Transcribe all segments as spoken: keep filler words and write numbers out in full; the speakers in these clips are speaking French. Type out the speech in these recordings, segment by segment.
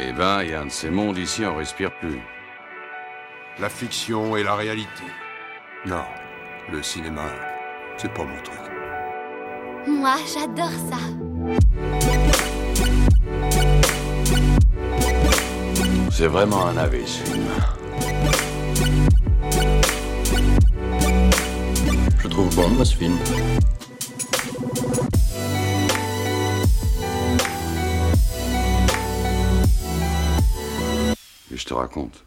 Eh ben, il y a un de ces mondes ici, on respire plus. La fiction et la réalité. Non, le cinéma, c'est pas mon truc. Moi, j'adore ça. C'est vraiment un navet, ce film. Je trouve bon, moi, ce film. Et je te raconte.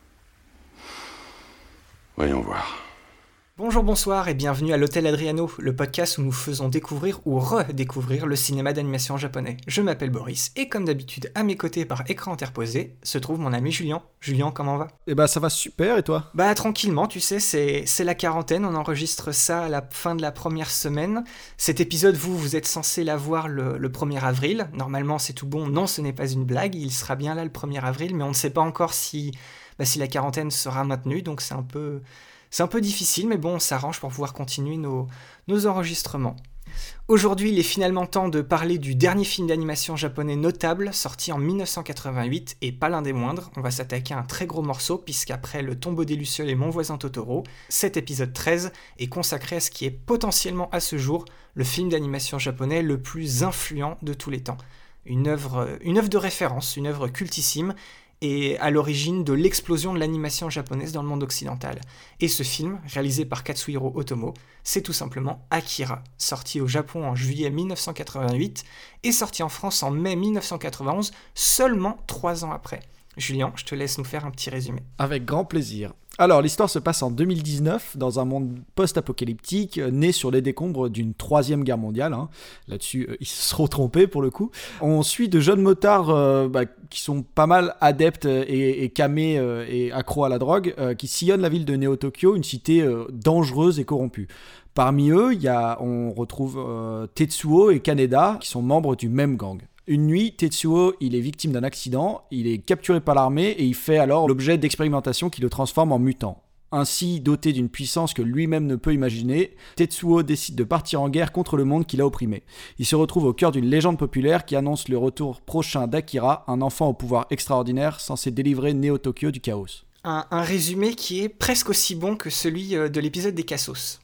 Voyons voir. Bonjour, bonsoir et bienvenue à l'Hôtel Adriano, le podcast où nous faisons découvrir ou redécouvrir le cinéma d'animation japonais. Je m'appelle Boris et comme d'habitude, à mes côtés par écran interposé, se trouve mon ami Julien. Julien, comment va ? Eh bah ça va super, et toi ? Bah tranquillement, tu sais, c'est, c'est la quarantaine, on enregistre ça à la fin de la première semaine. Cet épisode, vous, vous êtes censé l'avoir le, le premier avril. Normalement, c'est tout bon. Non, ce n'est pas une blague, il sera bien là le premier avril, mais on ne sait pas encore si, bah, si la quarantaine sera maintenue, donc c'est un peu... C'est un peu difficile, mais bon, on s'arrange pour pouvoir continuer nos, nos enregistrements. Aujourd'hui, il est finalement temps de parler du dernier film d'animation japonais notable, sorti en dix-neuf cent quatre-vingt-huit, et pas l'un des moindres. On va s'attaquer à un très gros morceau, puisqu'après Le Tombeau des Lucioles et Mon voisin Totoro, cet épisode treize est consacré à ce qui est potentiellement à ce jour le film d'animation japonais le plus influent de tous les temps. Une œuvre, une œuvre de référence, une œuvre cultissime, et à l'origine de l'explosion de l'animation japonaise dans le monde occidental. Et ce film, réalisé par Katsuhiro Otomo, c'est tout simplement Akira, sorti au Japon en juillet dix-neuf cent quatre-vingt-huit et sorti en France en mai dix-neuf cent quatre-vingt-onze, seulement trois ans après. Julien, je te laisse nous faire un petit résumé. Avec grand plaisir. Alors, l'histoire se passe en deux mille dix-neuf, dans un monde post-apocalyptique, euh, né sur les décombres d'une troisième guerre mondiale. Hein. Là-dessus, euh, ils se seront trompés pour le coup. On suit de jeunes motards euh, bah, qui sont pas mal adeptes et, et camés euh, et accros à la drogue, euh, qui sillonnent la ville de Neo-Tokyo, une cité euh, dangereuse et corrompue. Parmi eux, y a, on retrouve euh, Tetsuo et Kaneda, qui sont membres du même gang. Une nuit, Tetsuo, il est victime d'un accident, il est capturé par l'armée et il fait alors l'objet d'expérimentations qui le transforment en mutant. Ainsi, doté d'une puissance que lui-même ne peut imaginer, Tetsuo décide de partir en guerre contre le monde qu'il a opprimé. Il se retrouve au cœur d'une légende populaire qui annonce le retour prochain d'Akira, un enfant au pouvoir extraordinaire censé délivrer Neo-Tokyo du chaos. Un, un résumé qui est presque aussi bon que celui de l'épisode des Cassos.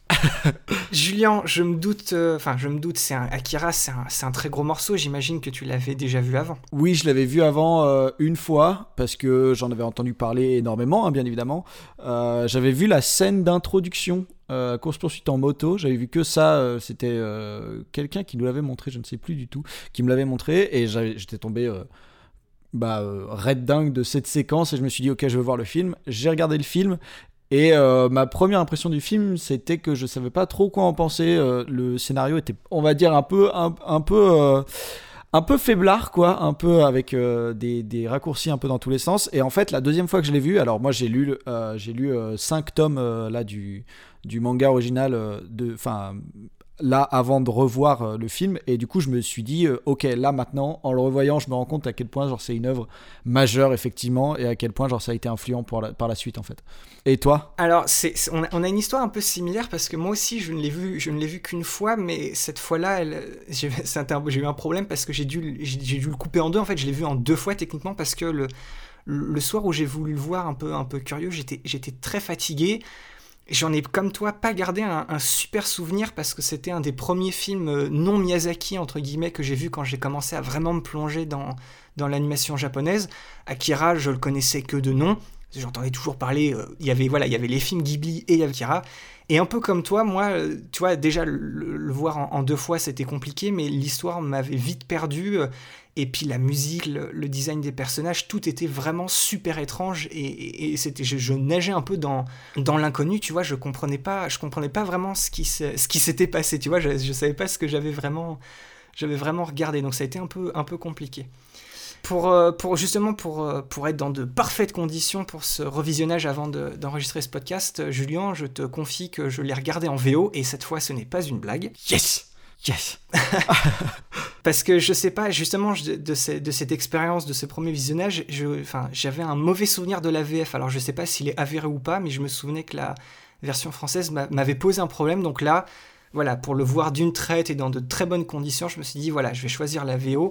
Julien, je me doute, enfin euh, je me doute, c'est un, Akira, c'est un, c'est un très gros morceau, j'imagine que tu l'avais déjà vu avant. Oui, je l'avais vu avant euh, une fois, parce que j'en avais entendu parler énormément, hein, bien évidemment. Euh, j'avais vu la scène d'introduction, euh, course-poursuite en moto, j'avais vu que ça, euh, c'était euh, quelqu'un qui nous l'avait montré, je ne sais plus du tout, qui me l'avait montré, et j'avais, j'étais tombé... Euh, bah euh, red dingue de cette séquence et je me suis dit ok, je veux voir le film. J'ai regardé le film et euh, ma première impression du film, c'était que je savais pas trop quoi en penser. Euh, le scénario était, on va dire, un peu un, un peu euh, un peu faiblard, quoi, un peu avec euh, des, des raccourcis un peu dans tous les sens. Et en fait, la deuxième fois que je l'ai vu, alors moi j'ai lu euh, j'ai lu euh, cinq tomes euh, là du du manga original euh, de enfin là avant de revoir euh, le film, et du coup je me suis dit euh, ok, là maintenant en le revoyant je me rends compte à quel point genre c'est une œuvre majeure effectivement, et à quel point genre ça a été influent pour la, par la suite en fait. Et toi ? Alors c'est, c'est, on, a, on a une histoire un peu similaire parce que moi aussi je ne l'ai vu, je ne l'ai vu qu'une fois, mais cette fois-là elle, j'ai, c'est un, j'ai eu un problème parce que j'ai dû, j'ai, j'ai dû le couper en deux. En fait je l'ai vu en deux fois techniquement parce que le, le soir où j'ai voulu le voir un peu, un peu curieux, j'étais, j'étais très fatigué. J'en ai, comme toi, pas gardé un, un super souvenir parce que c'était un des premiers films non Miyazaki, entre guillemets, que j'ai vu quand j'ai commencé à vraiment me plonger dans, dans l'animation japonaise. Akira, je le connaissais que de nom. J'entendais toujours parler, euh, il y avait, voilà, il y avait les films Ghibli et Akira. Et un peu comme toi, moi, tu vois, déjà, le, le voir en, en deux fois, c'était compliqué, mais l'histoire m'avait vite perdu. Euh, et puis la musique, le, le design des personnages, tout était vraiment super étrange. Et, et, et c'était, je, je nageais un peu dans, dans l'inconnu, tu vois. Je comprenais pas, je comprenais pas vraiment ce qui, se, ce qui s'était passé, tu vois. Je, je savais pas ce que j'avais vraiment, j'avais vraiment regardé. Donc ça a été un peu, un peu compliqué. Pour, euh, pour justement pour, euh, pour être dans de parfaites conditions pour ce revisionnage avant de, d'enregistrer ce podcast, Julien, je te confie que je l'ai regardé en V O et cette fois ce n'est pas une blague. Yes. Yes. Parce que je sais pas, justement, de, de, ces, de cette expérience, de ce premier visionnage, je, enfin, j'avais un mauvais souvenir de la V F. Alors je sais pas s'il est avéré ou pas, mais je me souvenais que la version française m'a, m'avait posé un problème. Donc là, voilà, pour le voir d'une traite et dans de très bonnes conditions, je me suis dit, voilà, je vais choisir la V O.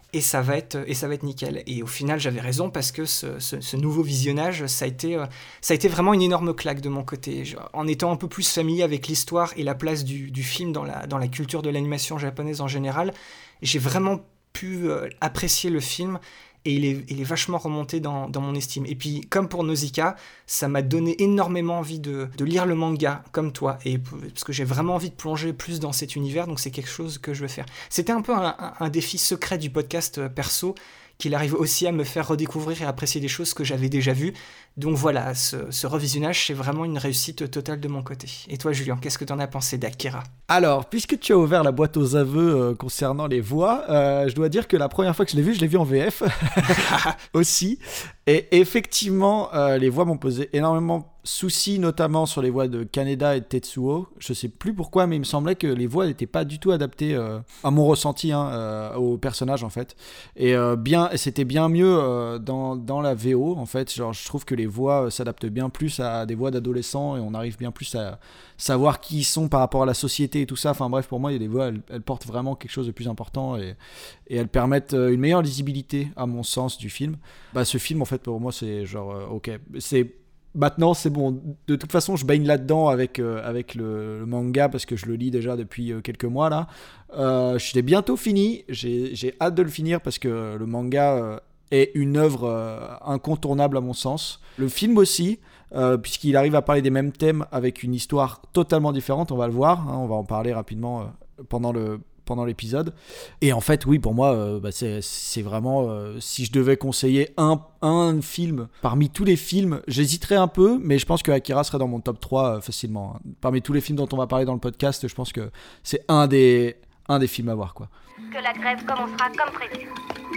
et ça va être, et ça va être nickel. Et au final, j'avais raison parce que ce, ce, ce nouveau visionnage, ça a, été, euh, ça a été vraiment une énorme claque de mon côté. Je, en étant un peu plus familier avec l'histoire et la place du, du film dans la, dans la culture de l'animation japonaise en général, j'ai vraiment pu euh, apprécier le film. Et il est, il est vachement remonté dans, dans mon estime. Et puis, comme pour Nausicaa, ça m'a donné énormément envie de, de lire le manga, comme toi, et, parce que j'ai vraiment envie de plonger plus dans cet univers, donc c'est quelque chose que je veux faire. C'était un peu un, un, un défi secret du podcast perso, qu'il arrive aussi à me faire redécouvrir et apprécier des choses que j'avais déjà vues. Donc voilà, ce, ce revisionnage, c'est vraiment une réussite totale de mon côté. Et toi, Julien, qu'est-ce que t'en as pensé d'Akira ? Alors, puisque tu as ouvert la boîte aux aveux euh, concernant les voix, euh, je dois dire que la première fois que je l'ai vu, je l'ai vu en V F aussi. Et effectivement, euh, les voix m'ont posé énormément soucis, notamment sur les voix de Kaneda et de Tetsuo. Je sais plus pourquoi, mais il me semblait que les voix n'étaient pas du tout adaptées euh, à mon ressenti, hein, euh, au personnage en fait. Et euh, bien, c'était bien mieux euh, dans, dans la V O en fait. Genre, je trouve que les voix euh, s'adaptent bien plus à des voix d'adolescents et on arrive bien plus à savoir qui ils sont par rapport à la société et tout ça. Enfin bref, pour moi, il y a des voix, elles, elles portent vraiment quelque chose de plus important et, et elles permettent une meilleure lisibilité, à mon sens, du film. Bah, ce film, en fait, pour moi, c'est genre, euh, ok, c'est... Maintenant, c'est bon. De toute façon, je baigne là-dedans avec, euh, avec le, le manga parce que je le lis déjà depuis euh, quelques mois, là. Euh, je l'ai bientôt fini. J'ai, j'ai hâte de le finir parce que le manga euh, est une œuvre euh, incontournable à mon sens. Le film aussi, euh, puisqu'il arrive à parler des mêmes thèmes avec une histoire totalement différente. On va le voir. Hein, on va en parler rapidement euh, pendant le... pendant l'épisode. Et en fait, oui, pour moi, euh, bah, c'est, c'est vraiment... Euh, si je devais conseiller un, un film parmi tous les films, j'hésiterais un peu, mais je pense que Akira serait dans mon top trois euh, facilement. Hein. Parmi tous les films dont on va parler dans le podcast, je pense que c'est un des, un des films à voir, quoi. Que la grève commencera comme prévu.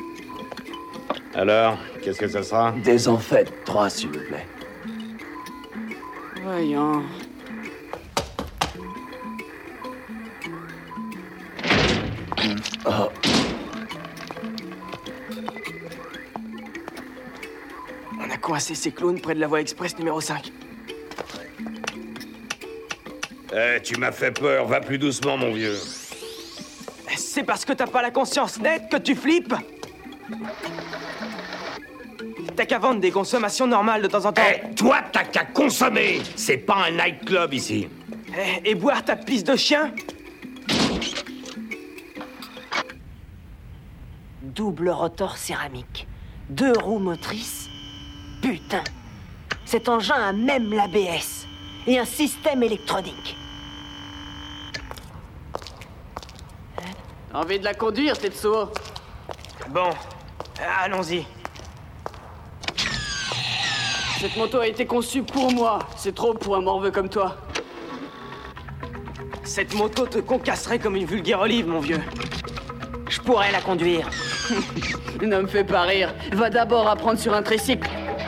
Alors, qu'est-ce que ça sera ? Des en faites trois, s'il vous plaît. Voyons... Oh. On a coincé ces clowns près de la voie express numéro cinq. Eh, tu m'as fait peur, va plus doucement, mon vieux. C'est parce que t'as pas la conscience nette que tu flippes. T'as qu'à vendre des consommations normales de temps en temps. Eh, toi, t'as qu'à consommer. C'est pas un nightclub ici. Eh, et boire ta pisse de chien. Double rotor céramique, deux roues motrices. Putain, cet engin a même l'A B S et un système électronique. Envie de la conduire, Tetsuo? Bon, allons-y. Cette moto a été conçue pour moi. C'est trop pour un morveux comme toi. Cette moto te concasserait comme une vulgaire olive, mon vieux. Je pourrais la conduire. Ne me fais pas rire. Va d'abord apprendre sur un tricycle.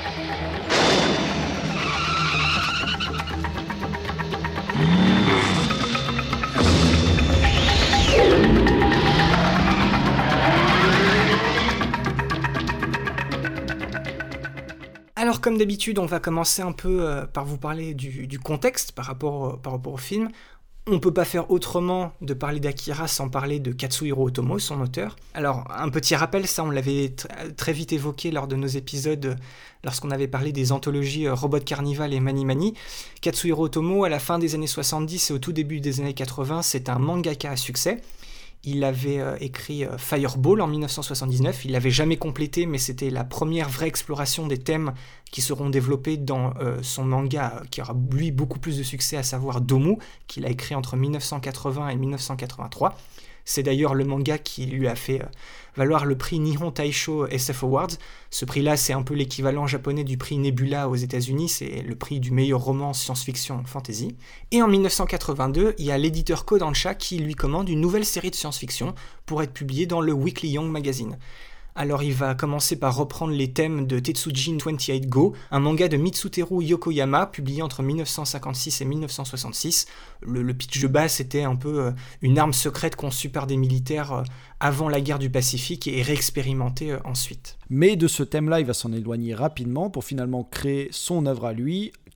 Alors, comme d'habitude, on va commencer un peu euh, par vous parler du, du contexte par rapport, euh, par rapport au film. On ne peut pas faire autrement de parler d'Akira sans parler de Katsuhiro Otomo, son auteur. Alors, un petit rappel, ça on l'avait t- très vite évoqué lors de nos épisodes, euh, lorsqu'on avait parlé des anthologies euh, Robot Carnival et Mani Mani. Katsuhiro Otomo, à la fin des années soixante-dix et au tout début des années quatre-vingts, c'est un mangaka à succès. Il avait euh, écrit euh, Fireball en dix-neuf cent soixante-dix-neuf, il l'avait jamais complété, mais c'était la première vraie exploration des thèmes qui seront développés dans euh, son manga qui aura lui beaucoup plus de succès, à savoir Domu, qu'il a écrit entre dix-neuf cent quatre-vingts et dix-neuf cent quatre-vingt-trois. C'est d'ailleurs le manga qui lui a fait euh, valoir le prix Nihon Taisho S F Awards. Ce prix-là, c'est un peu l'équivalent japonais du prix Nebula aux États-Unis, c'est le prix du meilleur roman science-fiction fantasy. Et en dix-neuf cent quatre-vingt-deux, il y a l'éditeur Kodansha qui lui commande une nouvelle série de science-fiction pour être publiée dans le Weekly Young Magazine. Alors il va commencer par reprendre les thèmes de Tetsujin vingt-huit Go, un manga de Mitsuteru Yokoyama, publié entre dix-neuf cent cinquante-six et dix-neuf cent soixante-six. Le, le pitch de base, c'était un peu euh, une arme secrète conçue par des militaires euh, avant la guerre du Pacifique et réexpérimentée euh, ensuite. Mais de ce thème-là, il va s'en éloigner rapidement pour finalement créer son œuvre à lui,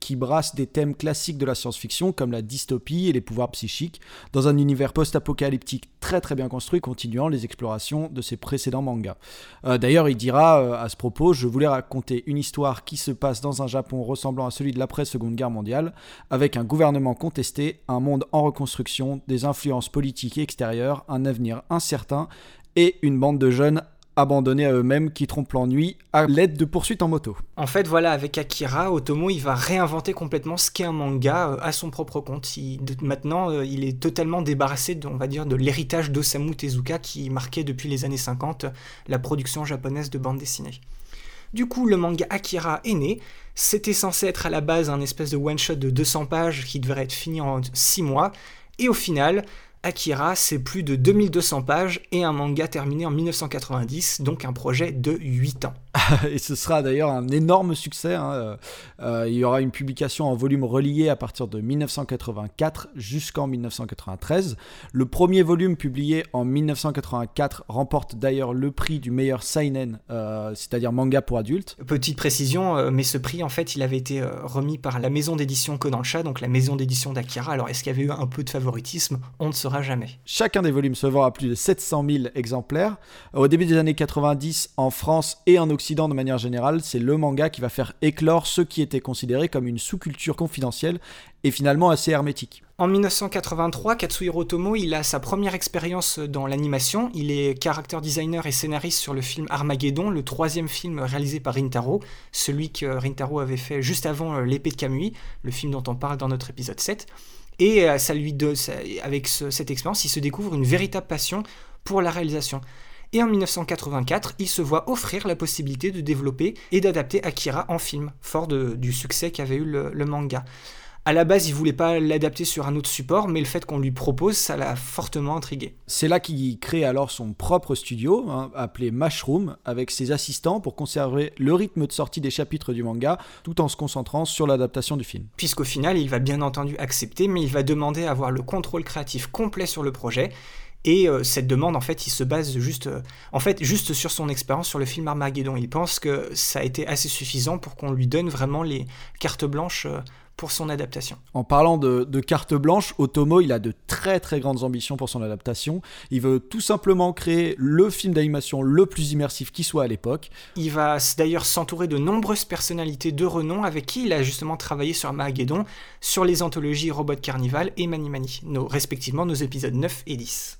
qui brasse des thèmes classiques de la science-fiction comme la dystopie et les pouvoirs psychiques dans un univers post-apocalyptique très très bien construit, continuant les explorations de ses précédents mangas. Euh, d'ailleurs, il dira euh, à ce propos « Je voulais raconter une histoire qui se passe dans un Japon ressemblant à celui de l'après-Seconde Guerre mondiale, avec un gouvernement contesté, un monde en reconstruction, des influences politiques extérieures, un avenir incertain et une bande de jeunes abandonnés à eux-mêmes qui trompent l'ennui à l'aide de poursuites en moto. » En fait, voilà, avec Akira, Otomo, il va réinventer complètement ce qu'est un manga euh, à son propre compte. Il, de, maintenant, euh, il est totalement débarrassé, de, on va dire, de l'héritage d'Osamu Tezuka qui marquait depuis les années cinquante la production japonaise de bande dessinée. Du coup, le manga Akira est né. C'était censé être à la base un espèce de one-shot de deux cents pages qui devrait être fini en six mois. Et au final, Akira, c'est plus de deux mille deux cents pages et un manga terminé en dix-neuf cent quatre-vingt-dix, donc un projet de huit ans. Et ce sera d'ailleurs un énorme succès. Hein. Euh, il y aura une publication en volume relié à partir de dix-neuf cent quatre-vingt-quatre jusqu'en dix-neuf cent quatre-vingt-treize. Le premier volume publié en dix-neuf cent quatre-vingt-quatre remporte d'ailleurs le prix du meilleur seinen, euh, c'est-à-dire manga pour adultes. Petite précision, euh, mais ce prix, en fait, il avait été euh, remis par la maison d'édition Kodansha, donc la maison d'édition d'Akira. Alors, est-ce qu'il y avait eu un peu de favoritisme ? On ne saura jamais. Chacun des volumes se vend à plus de sept cent mille exemplaires. Au début des années quatre-vingt-dix, en France et en Occident de manière générale, c'est le manga qui va faire éclore ce qui était considéré comme une sous-culture confidentielle et finalement assez hermétique. En dix-neuf cent quatre-vingt-trois, Katsuhiro Otomo, il a sa première expérience dans l'animation. Il est character designer et scénariste sur le film Armageddon, le troisième film réalisé par Rintaro, celui que Rintaro avait fait juste avant L'épée de Kamui, le film dont on parle dans notre épisode sept. Et ça lui donne, ça, avec ce, cette expérience, il se découvre une véritable passion pour la réalisation. Et en dix-neuf cent quatre-vingt-quatre, il se voit offrir la possibilité de développer et d'adapter Akira en film, fort de, du succès qu'avait eu le, le manga. À la base, il voulait pas l'adapter sur un autre support, mais le fait qu'on lui propose, ça l'a fortement intrigué. C'est là qu'il crée alors son propre studio, hein, appelé Mushroom, avec ses assistants pour conserver le rythme de sortie des chapitres du manga, tout en se concentrant sur l'adaptation du film. Puisqu'au final, il va bien entendu accepter, mais il va demander à avoir le contrôle créatif complet sur le projet. Et euh, cette demande, en fait, il se base juste, euh, en fait, juste sur son expérience sur le film Armageddon. Il pense que ça a été assez suffisant pour qu'on lui donne vraiment les cartes blanches euh, pour son adaptation. En parlant de, de carte blanche, Otomo, il a de très très grandes ambitions pour son adaptation. Il veut tout simplement créer le film d'animation le plus immersif qui soit à l'époque. Il va d'ailleurs s'entourer de nombreuses personnalités de renom avec qui il a justement travaillé sur Armageddon, sur les anthologies Robot Carnival et Mani Mani, nos, respectivement nos épisodes neuf et dix.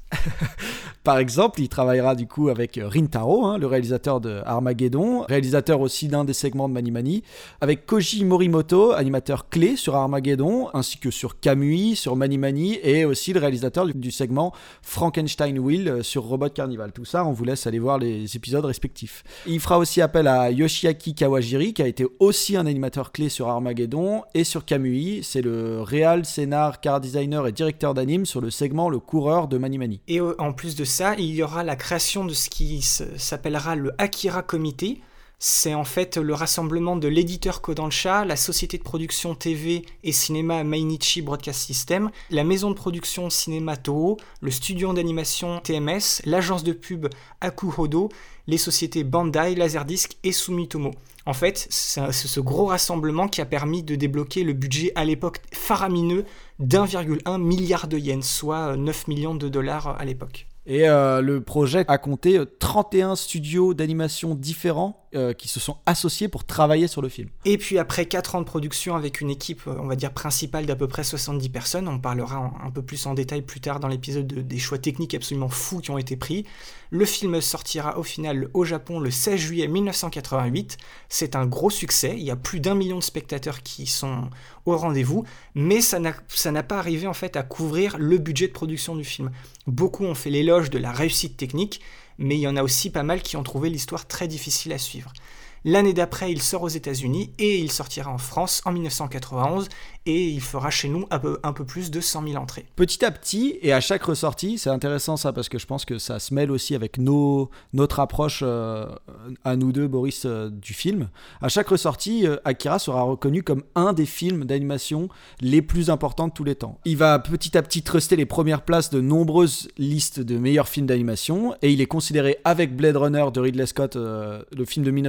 Par exemple, il travaillera du coup avec Rintaro, hein, le réalisateur de Armageddon, réalisateur aussi d'un des segments de Mani Mani, avec Koji Morimoto, animateur clé sur Armageddon, ainsi que sur Kamui, sur Mani Mani, et aussi le réalisateur du, du segment Frankenstein Wheel sur Robot Carnival. Tout ça, on vous laisse aller voir les épisodes respectifs. Il fera aussi appel à Yoshiaki Kawajiri, qui a été aussi un animateur clé sur Armageddon et sur Kamui. C'est le réal, scénar, car designer et directeur d'anime sur le segment Le Coureur de Mani Mani. Et en plus de ça, il y aura la création de ce qui s'appellera le Akira Committee. C'est en fait le rassemblement de l'éditeur Kodansha, la société de production T V et cinéma Mainichi Broadcast System, la maison de production cinéma Toho, le studio d'animation T M S, l'agence de pub Akuhodo, les sociétés Bandai, Laserdisc et Sumitomo. En fait, c'est ce gros rassemblement qui a permis de débloquer le budget à l'époque faramineux d'un virgule un milliard de yens, soit neuf millions de dollars à l'époque. Et euh, le projet a compté trente et un studios d'animation différents euh, qui se sont associés pour travailler sur le film. Et puis après quatre ans de production avec une équipe, on va dire principale d'à peu près soixante-dix personnes, on parlera en, un peu plus en détail plus tard dans l'épisode de, des choix techniques absolument fous qui ont été pris. Le film sortira au final au Japon le seize juillet mille neuf cent quatre-vingt-huit. C'est un gros succès, il y a plus d'un million de spectateurs qui sont au rendez-vous, mais ça n'a, ça n'a pas arrivé en fait à couvrir le budget de production du film. Beaucoup ont fait l'éloge de la réussite technique, mais il y en a aussi pas mal qui ont trouvé l'histoire très difficile à suivre. L'année d'après, il sort aux États-Unis et il sortira en France en dix-neuf cent quatre-vingt-onze et il fera chez nous un peu, un peu plus de cent mille entrées. Petit à petit, et à chaque ressortie, c'est intéressant ça parce que je pense que ça se mêle aussi avec nos, notre approche euh, à nous deux, Boris, euh, du film. À chaque ressortie, euh, Akira sera reconnu comme un des films d'animation les plus importants de tous les temps. Il va petit à petit truster les premières places de nombreuses listes de meilleurs films d'animation et il est considéré avec Blade Runner de Ridley Scott, euh, le film de dix-neuf cent quatre-vingt-deux,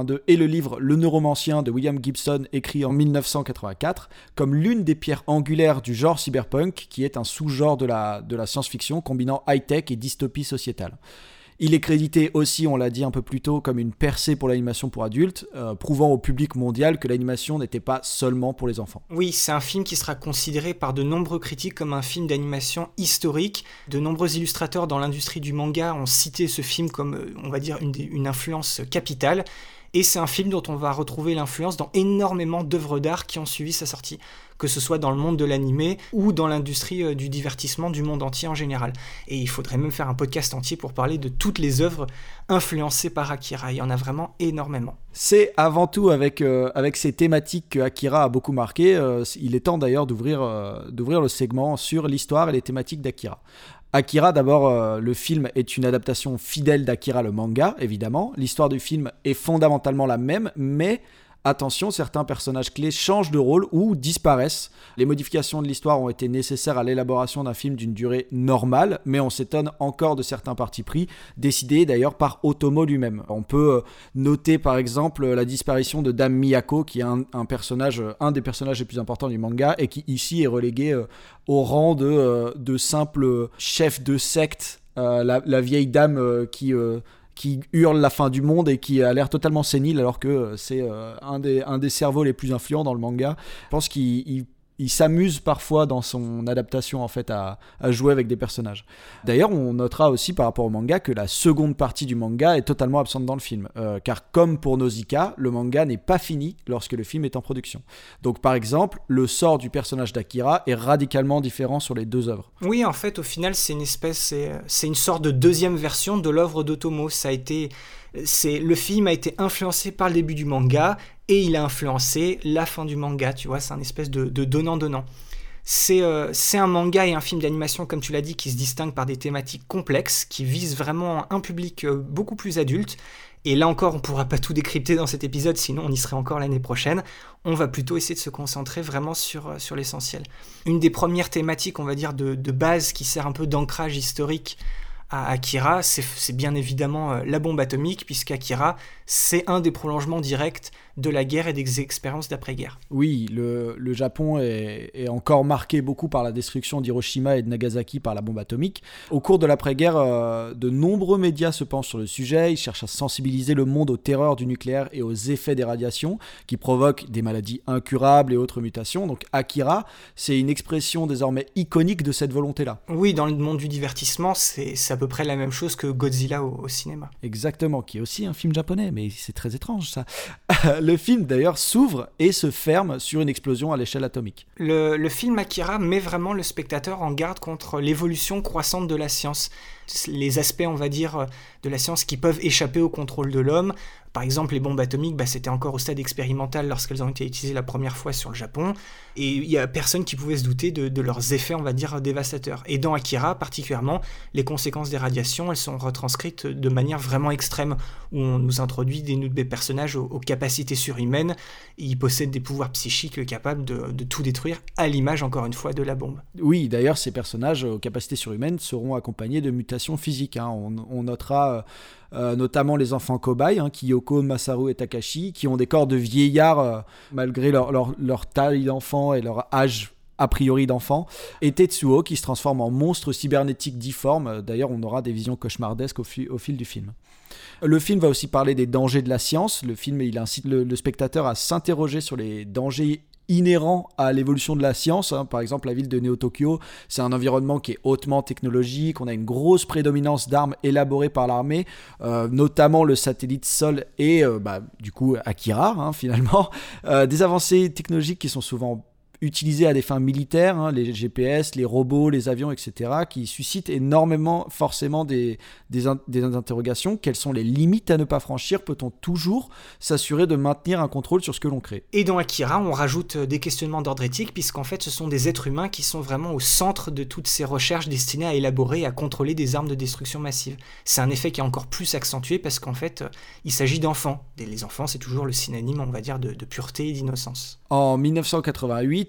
quatre-vingt-deux et le livre Le Neuromancien de William Gibson écrit en dix-neuf cent quatre-vingt-quatre comme l'une des pierres angulaires du genre cyberpunk qui est un sous-genre de la, de la science-fiction combinant high-tech et dystopie sociétale. Il est crédité aussi, on l'a dit un peu plus tôt, comme une percée pour l'animation pour adultes, euh, prouvant au public mondial que l'animation n'était pas seulement pour les enfants. Oui, c'est un film qui sera considéré par de nombreux critiques comme un film d'animation historique. De nombreux illustrateurs dans l'industrie du manga ont cité ce film comme, on va dire, une, une influence capitale. Et c'est un film dont on va retrouver l'influence dans énormément d'œuvres d'art qui ont suivi sa sortie, que ce soit dans le monde de l'animé ou dans l'industrie du divertissement du monde entier en général. Et il faudrait même faire un podcast entier pour parler de toutes les œuvres influencées par Akira. Il y en a vraiment énormément. C'est avant tout avec, euh, avec ces thématiques que Akira a beaucoup marqué. Euh, il est temps d'ailleurs d'ouvrir, euh, d'ouvrir le segment sur l'histoire et les thématiques d'Akira. Akira, d'abord, euh, le film est une adaptation fidèle d'Akira le manga, évidemment. L'histoire du film est fondamentalement la même, mais attention, certains personnages clés changent de rôle ou disparaissent. Les modifications de l'histoire ont été nécessaires à l'élaboration d'un film d'une durée normale, mais on s'étonne encore de certains partis pris, décidés d'ailleurs par Otomo lui-même. On peut noter par exemple la disparition de Dame Miyako, qui est un, un personnage, un des personnages les plus importants du manga, et qui ici est relégué euh, au rang de, euh, de simple chef de secte, euh, la, la vieille dame euh, qui... Euh, qui hurle la fin du monde et qui a l'air totalement sénile alors que c'est euh, un, des, un des cerveaux les plus influents dans le manga. Je pense qu'il il, il s'amuse parfois dans son adaptation en fait à, à jouer avec des personnages. D'ailleurs, on notera aussi par rapport au manga que la seconde partie du manga est totalement absente dans le film, euh, car comme pour Nausicaa, le manga n'est pas fini lorsque le film est en production. Donc par exemple, le sort du personnage d'Akira est radicalement différent sur les deux œuvres. Oui, en fait, au final, c'est une espèce, c'est, c'est une sorte de deuxième version de l'œuvre d'Otomo. Ça a été, c'est, le film a été influencé par le début du manga et il a influencé la fin du manga, tu vois, c'est un espèce de, de donnant-donnant. C'est, euh, c'est un manga et un film d'animation, comme tu l'as dit, qui se distinguent par des thématiques complexes, qui visent vraiment un public euh, beaucoup plus adulte. Et là encore, on ne pourra pas tout décrypter dans cet épisode, sinon on y serait encore l'année prochaine. On va plutôt essayer de se concentrer vraiment sur, euh, sur l'essentiel. Une des premières thématiques, on va dire, de, de base, qui sert un peu d'ancrage historique à Akira, c'est, c'est bien évidemment euh, la bombe atomique, puisqu'Akira, c'est un des prolongements directs de la guerre et des expériences d'après-guerre. Oui, le, le Japon est, est encore marqué beaucoup par la destruction d'Hiroshima et de Nagasaki par la bombe atomique. Au cours de l'après-guerre, euh, de nombreux médias se penchent sur le sujet, ils cherchent à sensibiliser le monde aux terreurs du nucléaire et aux effets des radiations qui provoquent des maladies incurables et autres mutations. Donc Akira, c'est une expression désormais iconique de cette volonté-là. Oui, dans le monde du divertissement, c'est, c'est à peu près la même chose que Godzilla au, au cinéma. Exactement, qui est aussi un film japonais, mais c'est très étrange ça. Le film d'ailleurs s'ouvre et se ferme sur une explosion à l'échelle atomique. Le, le film Akira met vraiment le spectateur en garde contre l'évolution croissante de la science. Les aspects, on va dire, de la science qui peuvent échapper au contrôle de l'homme. Par exemple, les bombes atomiques, bah, c'était encore au stade expérimental lorsqu'elles ont été utilisées la première fois sur le Japon. Et il n'y a personne qui pouvait se douter de, de leurs effets, on va dire, dévastateurs. Et dans Akira, particulièrement, les conséquences des radiations, elles sont retranscrites de manière vraiment extrême, où on nous introduit des, des personnages aux, aux capacités surhumaines. Ils possèdent des pouvoirs psychiques capables de, de tout détruire, à l'image, encore une fois, de la bombe. Oui, d'ailleurs, ces personnages aux capacités surhumaines seront accompagnés de mutations physiques. Hein. On, on notera... Euh, Euh, notamment les enfants cobayes, hein, Kyoko, Masaru et Takashi, qui ont des corps de vieillards euh, malgré leur, leur, leur taille d'enfant et leur âge a priori d'enfant, et Tetsuo qui se transforme en monstre cybernétique difforme. D'ailleurs, on aura des visions cauchemardesques au, fi- au fil du film. Le film va aussi parler des dangers de la science. Le film il incite le, le spectateur à s'interroger sur les dangers inhérent à l'évolution de la science. Hein. Par exemple, la ville de Neo-Tokyo, c'est un environnement qui est hautement technologique, on a une grosse prédominance d'armes élaborées par l'armée, euh, notamment le satellite Sol et euh, bah, du coup Akira, hein, finalement. Euh, des avancées technologiques qui sont souvent utilisés à des fins militaires, hein, les G P S, les robots, les avions, et cetera, qui suscitent énormément, forcément, des, des, in- des interrogations. Quelles sont les limites à ne pas franchir ? Peut-on toujours s'assurer de maintenir un contrôle sur ce que l'on crée ? Et dans Akira, on rajoute des questionnements d'ordre éthique, puisqu'en fait, ce sont des êtres humains qui sont vraiment au centre de toutes ces recherches destinées à élaborer et à contrôler des armes de destruction massive. C'est un effet qui est encore plus accentué, parce qu'en fait, il s'agit d'enfants. Et les enfants, c'est toujours le synonyme, on va dire, de, de pureté et d'innocence. En dix-neuf cent quatre-vingt-huit,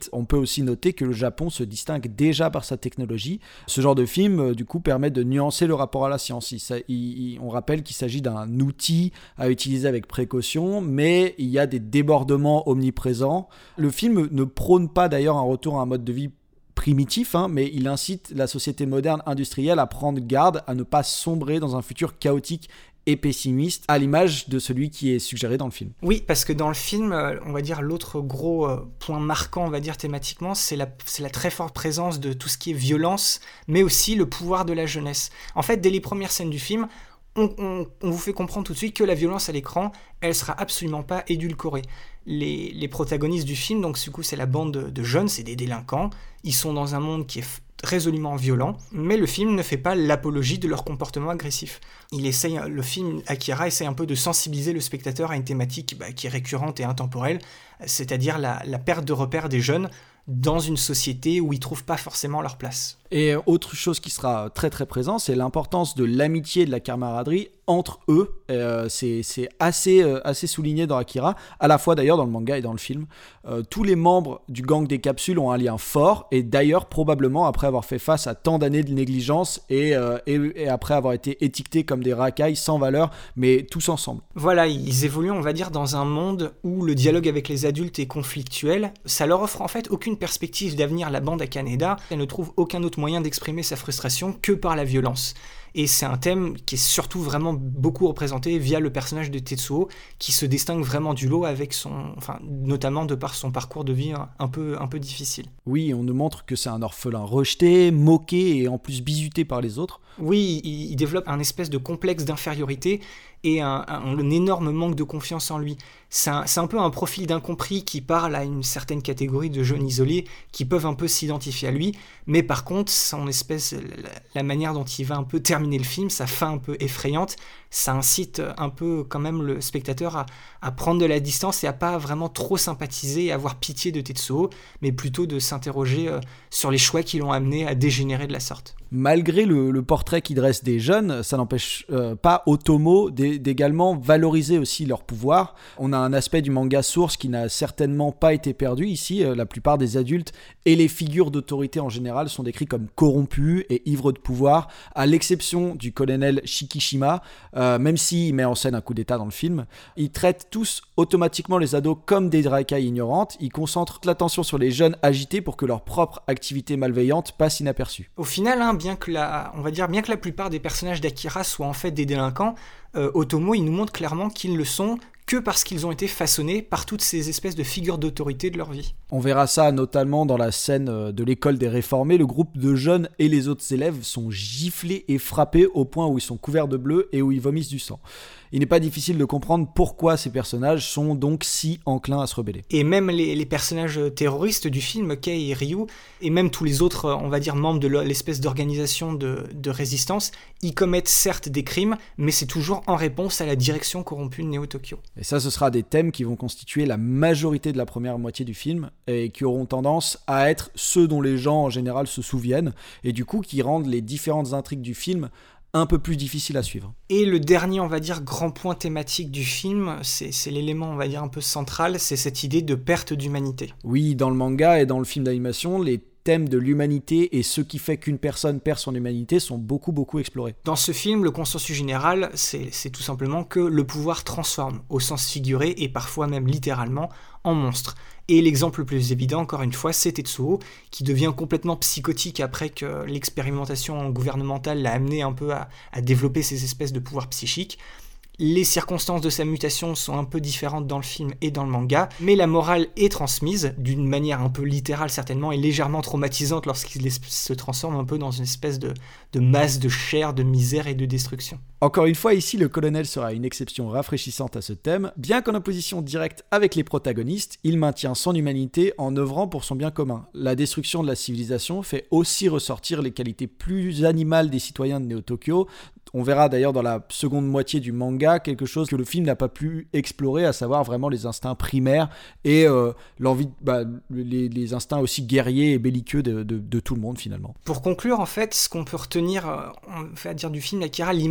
ensuite, on peut aussi noter que le Japon se distingue déjà par sa technologie. Ce genre de film, euh, du coup, permet de nuancer le rapport à la science. Il, ça, il, il, on rappelle qu'il s'agit d'un outil à utiliser avec précaution, mais il y a des débordements omniprésents. Le film ne prône pas d'ailleurs un retour à un mode de vie primitif, hein, mais il incite la société moderne industrielle à prendre garde, à ne pas sombrer dans un futur chaotique et pessimiste, à l'image de celui qui est suggéré dans le film. Oui, parce que dans le film, on va dire l'autre gros point marquant, on va dire thématiquement, c'est la, c'est la très forte présence de tout ce qui est violence, mais aussi le pouvoir de la jeunesse. En fait, dès les premières scènes du film, on, on, on vous fait comprendre tout de suite que la violence à l'écran, elle sera absolument pas édulcorée. Les, les protagonistes du film, donc du coup c'est la bande de, de jeunes, c'est des délinquants, ils sont dans un monde qui est f- résolument violent, mais le film ne fait pas l'apologie de leur comportement agressif. Il essaye, le film Akira essaye un peu de sensibiliser le spectateur à une thématique bah, qui est récurrente et intemporelle, c'est-à-dire la, la perte de repères des jeunes dans une société où ils trouvent pas forcément leur place. Et autre chose qui sera très très présent, c'est l'importance de l'amitié et de la camaraderie entre eux. Euh, c'est c'est assez, euh, assez souligné dans Akira, à la fois d'ailleurs dans le manga et dans le film. Euh, tous les membres du gang des capsules ont un lien fort, et d'ailleurs probablement après avoir fait face à tant d'années de négligence et, euh, et, et après avoir été étiquetés comme des racailles sans valeur, mais tous ensemble. Voilà, ils évoluent, on va dire, dans un monde où le dialogue avec les adultes est conflictuel. Ça leur offre en fait aucune perspective d'avenir. La bande à Kaneda, elle ne trouve aucun autre moyen d'exprimer sa frustration que par la violence. Et c'est un thème qui est surtout vraiment beaucoup représenté via le personnage de Tetsuo, qui se distingue vraiment du lot avec son, enfin, notamment de par son parcours de vie un, un peu, un peu difficile. Oui, on nous montre que c'est un orphelin rejeté, moqué et en plus bizuté par les autres. Oui, il, il développe un espèce de complexe d'infériorité et un, un, un énorme manque de confiance en lui. C'est un, c'est un peu un profil d'incompris qui parle à une certaine catégorie de jeunes isolés qui peuvent un peu s'identifier à lui, mais par contre, son espèce, la, la manière dont il va un peu terminer le film, sa fin un peu effrayante, ça incite un peu quand même le spectateur à, à prendre de la distance et à pas vraiment trop sympathiser et avoir pitié de Tetsuo, mais plutôt de s'interroger euh, sur les choix qui l'ont amené à dégénérer de la sorte. Malgré le, le portrait qu'il dresse des jeunes, ça n'empêche euh, pas Otomo d'é- d'également valoriser aussi leur pouvoir. On a un aspect du manga source qui n'a certainement pas été perdu ici. Euh, la plupart des adultes et les figures d'autorité en général sont décrits comme corrompus et ivres de pouvoir, à l'exception du colonel Shikishima, euh, même s'il met en scène un coup d'état dans le film. Ils traitent tous automatiquement les ados comme des racailles ignorantes. Ils concentrent l'attention sur les jeunes agités pour que leur propre activité malveillante passe inaperçue. Au final, hein, bien que la, on va dire, bien que la plupart des personnages d'Akira soient en fait des délinquants, euh, Otomo, il nous montre clairement qu'ils le sont que parce qu'ils ont été façonnés par toutes ces espèces de figures d'autorité de leur vie. On verra ça notamment dans la scène de l'école des réformés. Le groupe de jeunes et les autres élèves sont giflés et frappés au point où ils sont couverts de bleu et où ils vomissent du sang. Il n'est pas difficile de comprendre pourquoi ces personnages sont donc si enclins à se rebeller. Et même les, les personnages terroristes du film, Kei et Ryu, et même tous les autres, on va dire, membres de l'espèce d'organisation de, de résistance, ils commettent certes des crimes, mais c'est toujours en réponse à la direction corrompue de Neo Tokyo. Et ça, ce sera des thèmes qui vont constituer la majorité de la première moitié du film et qui auront tendance à être ceux dont les gens en général se souviennent et du coup qui rendent les différentes intrigues du film un peu plus difficile à suivre. Et le dernier, on va dire, grand point thématique du film, c'est, c'est l'élément, on va dire, un peu central, c'est cette idée de perte d'humanité. Oui, dans le manga et dans le film d'animation, les thèmes de l'humanité et ce qui fait qu'une personne perd son humanité sont beaucoup, beaucoup explorés. Dans ce film, le consensus général, c'est, c'est tout simplement que le pouvoir transforme, au sens figuré et parfois même littéralement, en monstre. Et l'exemple le plus évident, encore une fois, c'est Tetsuo, qui devient complètement psychotique après que l'expérimentation gouvernementale l'a amené un peu à, à développer ces espèces de pouvoirs psychiques. Les circonstances de sa mutation sont un peu différentes dans le film et dans le manga, mais la morale est transmise, d'une manière un peu littérale certainement, et légèrement traumatisante lorsqu'il se transforme un peu dans une espèce de, de masse de chair, de misère et de destruction. Encore une fois, ici, le colonel sera une exception rafraîchissante à ce thème. Bien qu'en opposition directe avec les protagonistes, il maintient son humanité en œuvrant pour son bien commun. La destruction de la civilisation fait aussi ressortir les qualités plus animales des citoyens de Neo Tokyo. On verra d'ailleurs dans la seconde moitié du manga quelque chose que le film n'a pas pu explorer, à savoir vraiment les instincts primaires et euh, l'envie, bah, les, les instincts aussi guerriers et belliqueux de, de, de tout le monde finalement. Pour conclure, en fait, ce qu'on peut retenir, on va dire du film Akira, l'image centrale,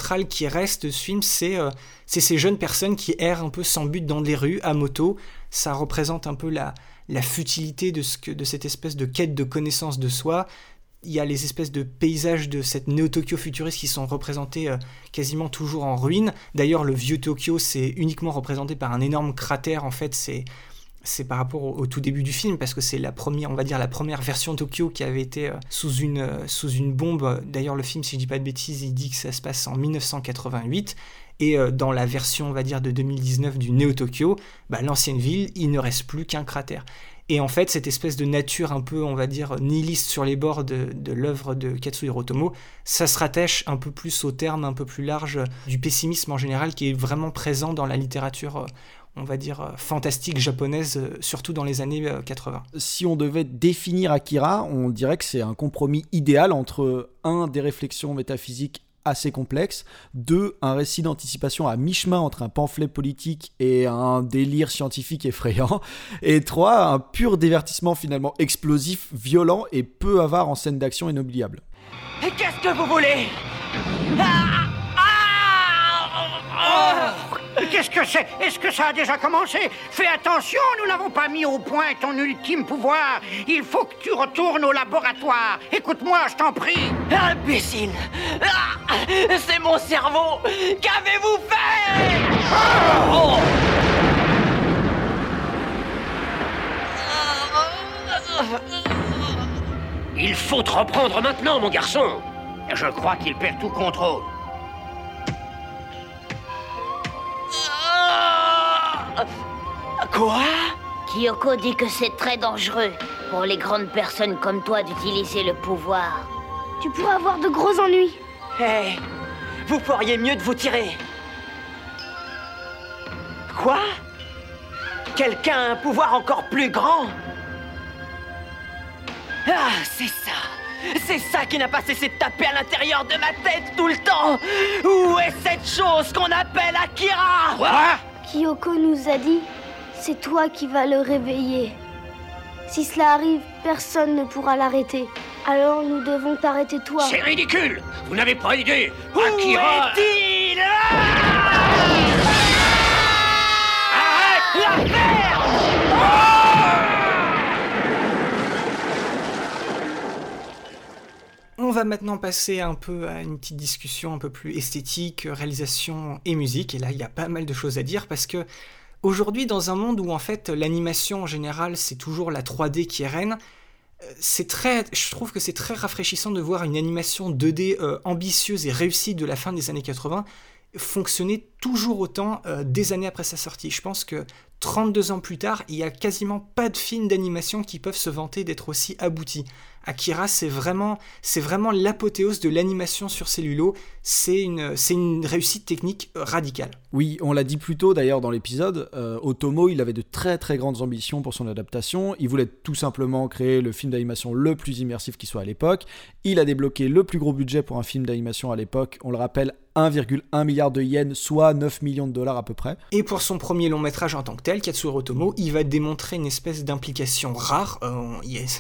central qui reste de ce film, c'est, euh, c'est ces jeunes personnes qui errent un peu sans but dans les rues, à moto. Ça représente un peu la, la futilité de, ce que, de cette espèce de quête de connaissance de soi. Il y a les espèces de paysages de cette Néo-Tokyo futuriste qui sont représentés euh, quasiment toujours en ruine. D'ailleurs, le vieux Tokyo, c'est uniquement représenté par un énorme cratère. En fait, c'est, c'est par rapport au, au tout début du film, parce que c'est la première, on va dire, la première version de Tokyo qui avait été euh, sous, une, euh, sous une bombe. D'ailleurs, le film, si je dis pas de bêtises, il dit que ça se passe en dix-neuf cent quatre-vingt-huit. Et euh, dans la version, on va dire, de deux mille dix-neuf du Néo-Tokyo, bah, l'ancienne ville, il ne reste plus qu'un cratère. Et en fait, cette espèce de nature un peu, on va dire, nihiliste sur les bords de, de l'œuvre de Katsuhiro Otomo, ça se rattache un peu plus au terme un peu plus large du pessimisme en général, qui est vraiment présent dans la littérature, on va dire, fantastique japonaise, surtout dans les années quatre-vingts. Si on devait définir Akira, on dirait que c'est un compromis idéal entre, un, des réflexions métaphysiques assez complexe, deux, un récit d'anticipation à mi-chemin entre un pamphlet politique et un délire scientifique effrayant, et trois, un pur divertissement finalement explosif, violent et peu avare en scènes d'action inoubliables. Et qu'est-ce que vous voulez? ah ah oh Qu'est-ce que c'est? Est-ce que ça a déjà commencé? Fais attention, nous n'avons pas mis au point ton ultime pouvoir. Il faut que tu retournes au laboratoire. Écoute-moi, je t'en prie. Imbécile! Ah, c'est mon cerveau! Qu'avez-vous fait? Oh! Il faut te reprendre maintenant, mon garçon. Je crois qu'il perd tout contrôle. Quoi? Kyoko dit que c'est très dangereux pour les grandes personnes comme toi d'utiliser le pouvoir. Tu pourrais avoir de gros ennuis. Hé, hey, vous feriez mieux de vous tirer. Quoi? Quelqu'un a un pouvoir encore plus grand? Ah, c'est ça. C'est ça qui n'a pas cessé de taper à l'intérieur de ma tête tout le temps. Où est cette chose qu'on appelle Akira? Quoi? Kyoko nous a dit, c'est toi qui vas le réveiller. Si cela arrive, personne ne pourra l'arrêter. Alors nous devons t'arrêter toi. C'est ridicule. Vous n'avez pas idée. Où Akira... est-il? Arrête la merde! On va maintenant passer un peu à une petite discussion un peu plus esthétique, réalisation et musique. Et là, il y a pas mal de choses à dire parce que aujourd'hui, dans un monde où en fait l'animation en général, c'est toujours la trois D qui est reine, c'est très, je trouve que c'est très rafraîchissant de voir une animation deux D euh, ambitieuse et réussie de la fin des années quatre-vingts fonctionner toujours autant euh, des années après sa sortie. Je pense que trente-deux ans plus tard, il n'y a quasiment pas de films d'animation qui peuvent se vanter d'être aussi aboutis. Akira, c'est vraiment, c'est vraiment l'apothéose de l'animation sur cellulo. C'est une, c'est une réussite technique radicale. Oui, on l'a dit plus tôt d'ailleurs dans l'épisode, euh, Otomo, il avait de très très grandes ambitions pour son adaptation. Il voulait tout simplement créer le film d'animation le plus immersif qui soit à l'époque. Il a débloqué le plus gros budget pour un film d'animation à l'époque, on le rappelle, un virgule un milliard de yens, soit neuf millions de dollars à peu près. Et pour son premier long métrage en tant que tel, Katsuhiro Otomo, il va démontrer une espèce d'implication rare. Euh,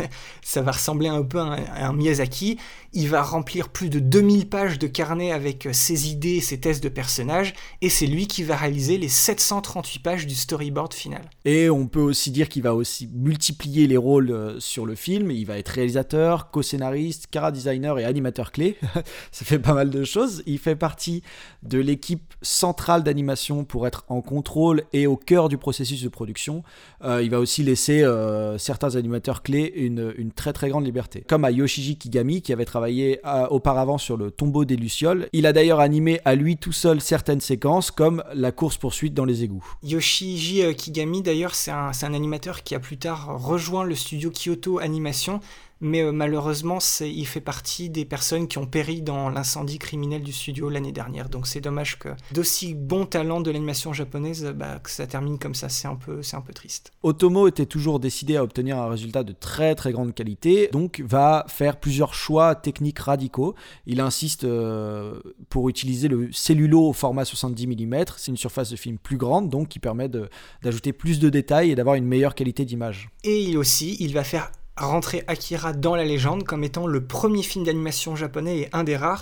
ça va ressembler un peu à un, à un Miyazaki. Il va remplir plus de deux mille pages de carnet avec ses idées et ses tests de personnages. Et c'est lui qui va réaliser les sept cent trente-huit pages du storyboard final. Et on peut aussi dire qu'il va aussi multiplier les rôles sur le film. Il va être réalisateur, co-scénariste, chara-designer et animateur clé. Ça fait pas mal de choses. Il fait partie de l'équipe centrale d'animation pour être en contrôle et au cœur du processus de production. Euh, il va aussi laisser euh, certains animateurs clés une, une très très grande liberté. Comme à Yoshiji Kigami qui avait travaillé à, auparavant sur le Tombeau des Lucioles. Il a d'ailleurs animé à lui tout seul certaines séquences comme la course-poursuite dans les égouts. Yoshiji Kigami d'ailleurs c'est un, c'est un animateur qui a plus tard rejoint le studio Kyoto Animation. Mais euh, malheureusement, c'est, il fait partie des personnes qui ont péri dans l'incendie criminel du studio l'année dernière. Donc c'est dommage que d'aussi bons talents de l'animation japonaise, bah, que ça termine comme ça, c'est un peu, c'est un peu triste. Otomo était toujours décidé à obtenir un résultat de très très grande qualité, donc va faire plusieurs choix techniques radicaux. Il insiste euh, pour utiliser le cellulo au format soixante-dix millimètres, c'est une surface de film plus grande, donc qui permet de, d'ajouter plus de détails et d'avoir une meilleure qualité d'image. Et il aussi, il va faire rentrer Akira dans la légende comme étant le premier film d'animation japonais et un des rares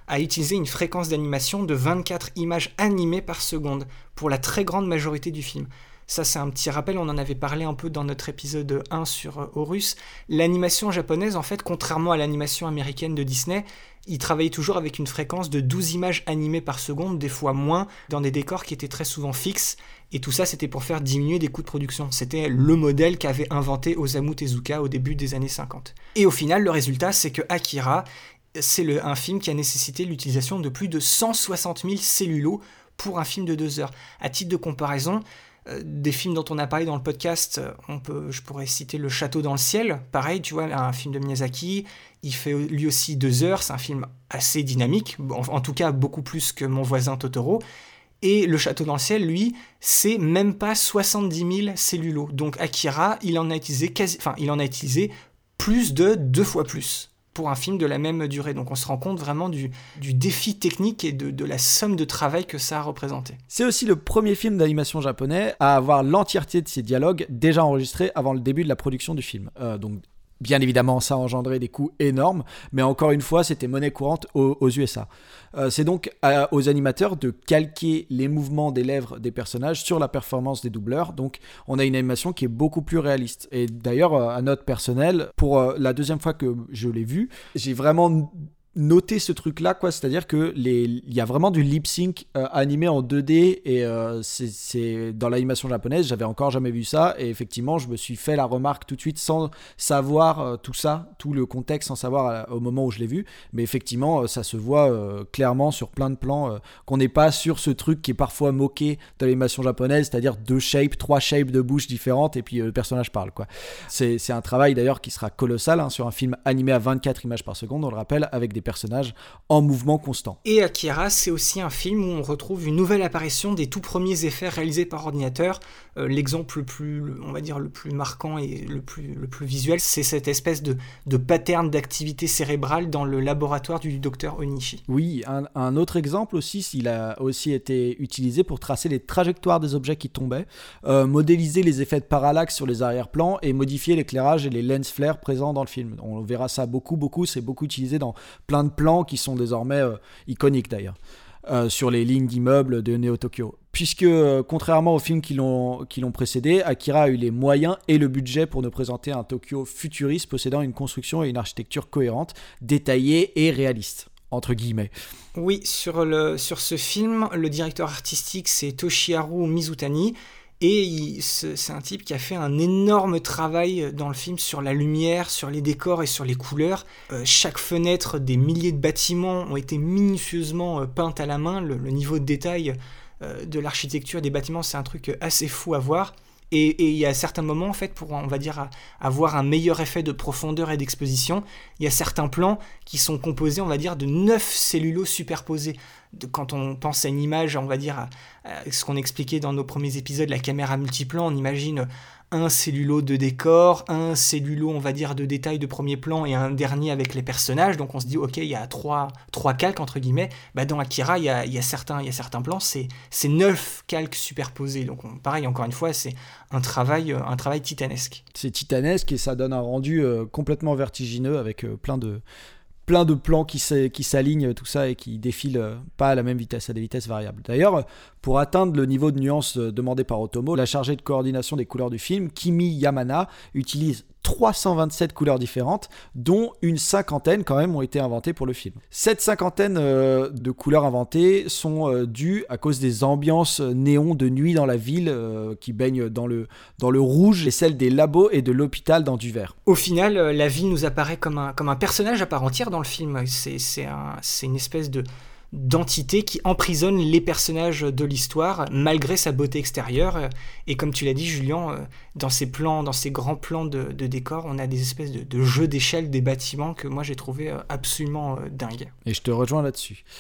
a utilisé une fréquence d'animation de vingt-quatre images animées par seconde pour la très grande majorité du film. Ça, c'est un petit rappel, on en avait parlé un peu dans notre épisode un sur euh, Horus. L'animation japonaise, en fait, contrairement à l'animation américaine de Disney, ils travaillaient toujours avec une fréquence de douze images animées par seconde, des fois moins, dans des décors qui étaient très souvent fixes. Et tout ça, c'était pour faire diminuer des coûts de production. C'était le modèle qu'avait inventé Osamu Tezuka au début des années cinquante. Et au final, le résultat, c'est que Akira, c'est le, un film qui a nécessité l'utilisation de plus de cent soixante mille cellulos pour un film de deux heures. À titre de comparaison, euh, des films dont on a parlé dans le podcast, on peut, je pourrais citer Le Château dans le ciel, pareil, tu vois, un film de Miyazaki, il fait lui aussi deux heures, c'est un film assez dynamique, en, en tout cas beaucoup plus que Mon voisin Totoro, et Le Château dans le ciel, lui, c'est même pas soixante-dix mille cellulos. Donc Akira, il en a utilisé, quasi, enfin, il en a utilisé plus de deux fois plus pour un film de la même durée. Donc on se rend compte vraiment du, du défi technique et de, de la somme de travail que ça a représenté. C'est aussi le premier film d'animation japonais à avoir l'entièreté de ses dialogues déjà enregistrés avant le début de la production du film. Euh, donc bien évidemment, ça a engendré des coûts énormes, mais encore une fois, c'était monnaie courante aux, aux U S A. Euh, c'est donc à, aux animateurs de calquer les mouvements des lèvres des personnages sur la performance des doubleurs. Donc, on a une animation qui est beaucoup plus réaliste. Et d'ailleurs, à note personnelle, pour euh, la deuxième fois que je l'ai vu, j'ai vraiment noter ce truc-là, quoi. C'est-à-dire que les, il y a vraiment du lip-sync euh, animé en deux D et euh, c'est, c'est dans l'animation japonaise, j'avais encore jamais vu ça et effectivement, je me suis fait la remarque tout de suite sans savoir euh, tout ça, tout le contexte, sans savoir euh, au moment où je l'ai vu. Mais effectivement, euh, ça se voit euh, clairement sur plein de plans euh, qu'on n'est pas sur ce truc qui est parfois moqué de l'animation japonaise, c'est-à-dire deux shapes, trois shapes de bouche différentes et puis euh, le personnage parle, quoi. C'est, c'est un travail d'ailleurs qui sera colossal hein, sur un film animé à vingt-quatre images par seconde, on le rappelle, avec des personnages en mouvement constant. Et Akira, c'est aussi un film où on retrouve une nouvelle apparition des tout premiers effets réalisés par ordinateur. Euh, l'exemple le plus, on va dire, le plus marquant et le plus, le plus visuel, c'est cette espèce de, de pattern d'activité cérébrale dans le laboratoire du docteur Onishi. Oui, un, un autre exemple aussi, il a aussi été utilisé pour tracer les trajectoires des objets qui tombaient, euh, modéliser les effets de parallaxe sur les arrière-plans et modifier l'éclairage et les lens flares présents dans le film. On verra ça beaucoup, beaucoup, c'est beaucoup utilisé dans plein de plans qui sont désormais euh, iconiques d'ailleurs, euh, sur les lignes d'immeubles de Neo Tokyo. Puisque, euh, contrairement aux films qui l'ont, qui l'ont précédé, Akira a eu les moyens et le budget pour nous présenter un Tokyo futuriste possédant une construction et une architecture cohérente, détaillée et réaliste, entre guillemets. Oui, sur, le, sur ce film, le directeur artistique, c'est Toshiharu Mizutani, et il, c'est un type qui a fait un énorme travail dans le film sur la lumière, sur les décors et sur les couleurs. Euh, chaque fenêtre des milliers de bâtiments ont été minutieusement euh, peintes à la main. Le, le niveau de détail euh, de l'architecture des bâtiments, c'est un truc assez fou à voir. Et il y a certains moments, en fait, pour, on va dire, avoir un meilleur effet de profondeur et d'exposition, il y a certains plans qui sont composés, on va dire, de neuf cellulos superposés. De, quand on pense à une image, on va dire, à, à ce qu'on expliquait dans nos premiers épisodes, la caméra multiplan, on imagine un cellulo de décor, un cellulo, on va dire, de détail de premier plan et un dernier avec les personnages. Donc on se dit, ok, il y a trois, trois calques, entre guillemets. Bah, dans Akira, il y a, il y a certains, il y a certains plans, c'est, c'est neuf calques superposés. Donc on, pareil, encore une fois, c'est un travail, un travail titanesque. C'est titanesque et ça donne un rendu euh, complètement vertigineux avec euh, plein de... plein de plans qui, qui s'alignent, tout ça, et qui défilent pas à la même vitesse, à des vitesses variables. D'ailleurs, pour atteindre le niveau de nuance demandé par Otomo, la chargée de coordination des couleurs du film, Kimi Yamana, utilise trois cent vingt-sept couleurs différentes, dont une cinquantaine quand même ont été inventées pour le film. Cette cinquantaine euh, de couleurs inventées sont euh, dues à cause des ambiances néons de nuit dans la ville euh, qui baignent dans le, dans le rouge et celles des labos et de l'hôpital dans du vert. Au final, euh, la ville nous apparaît comme un, comme un personnage à part entière dans le film. C'est, c'est, un, c'est une espèce de... d'entité qui emprisonne les personnages de l'histoire malgré sa beauté extérieure. Et comme tu l'as dit, Julien, dans ces plans, dans ces grands plans de, de décor, on a des espèces de, de jeux d'échelle des bâtiments que moi j'ai trouvé absolument dingues. Et je te rejoins là-dessus.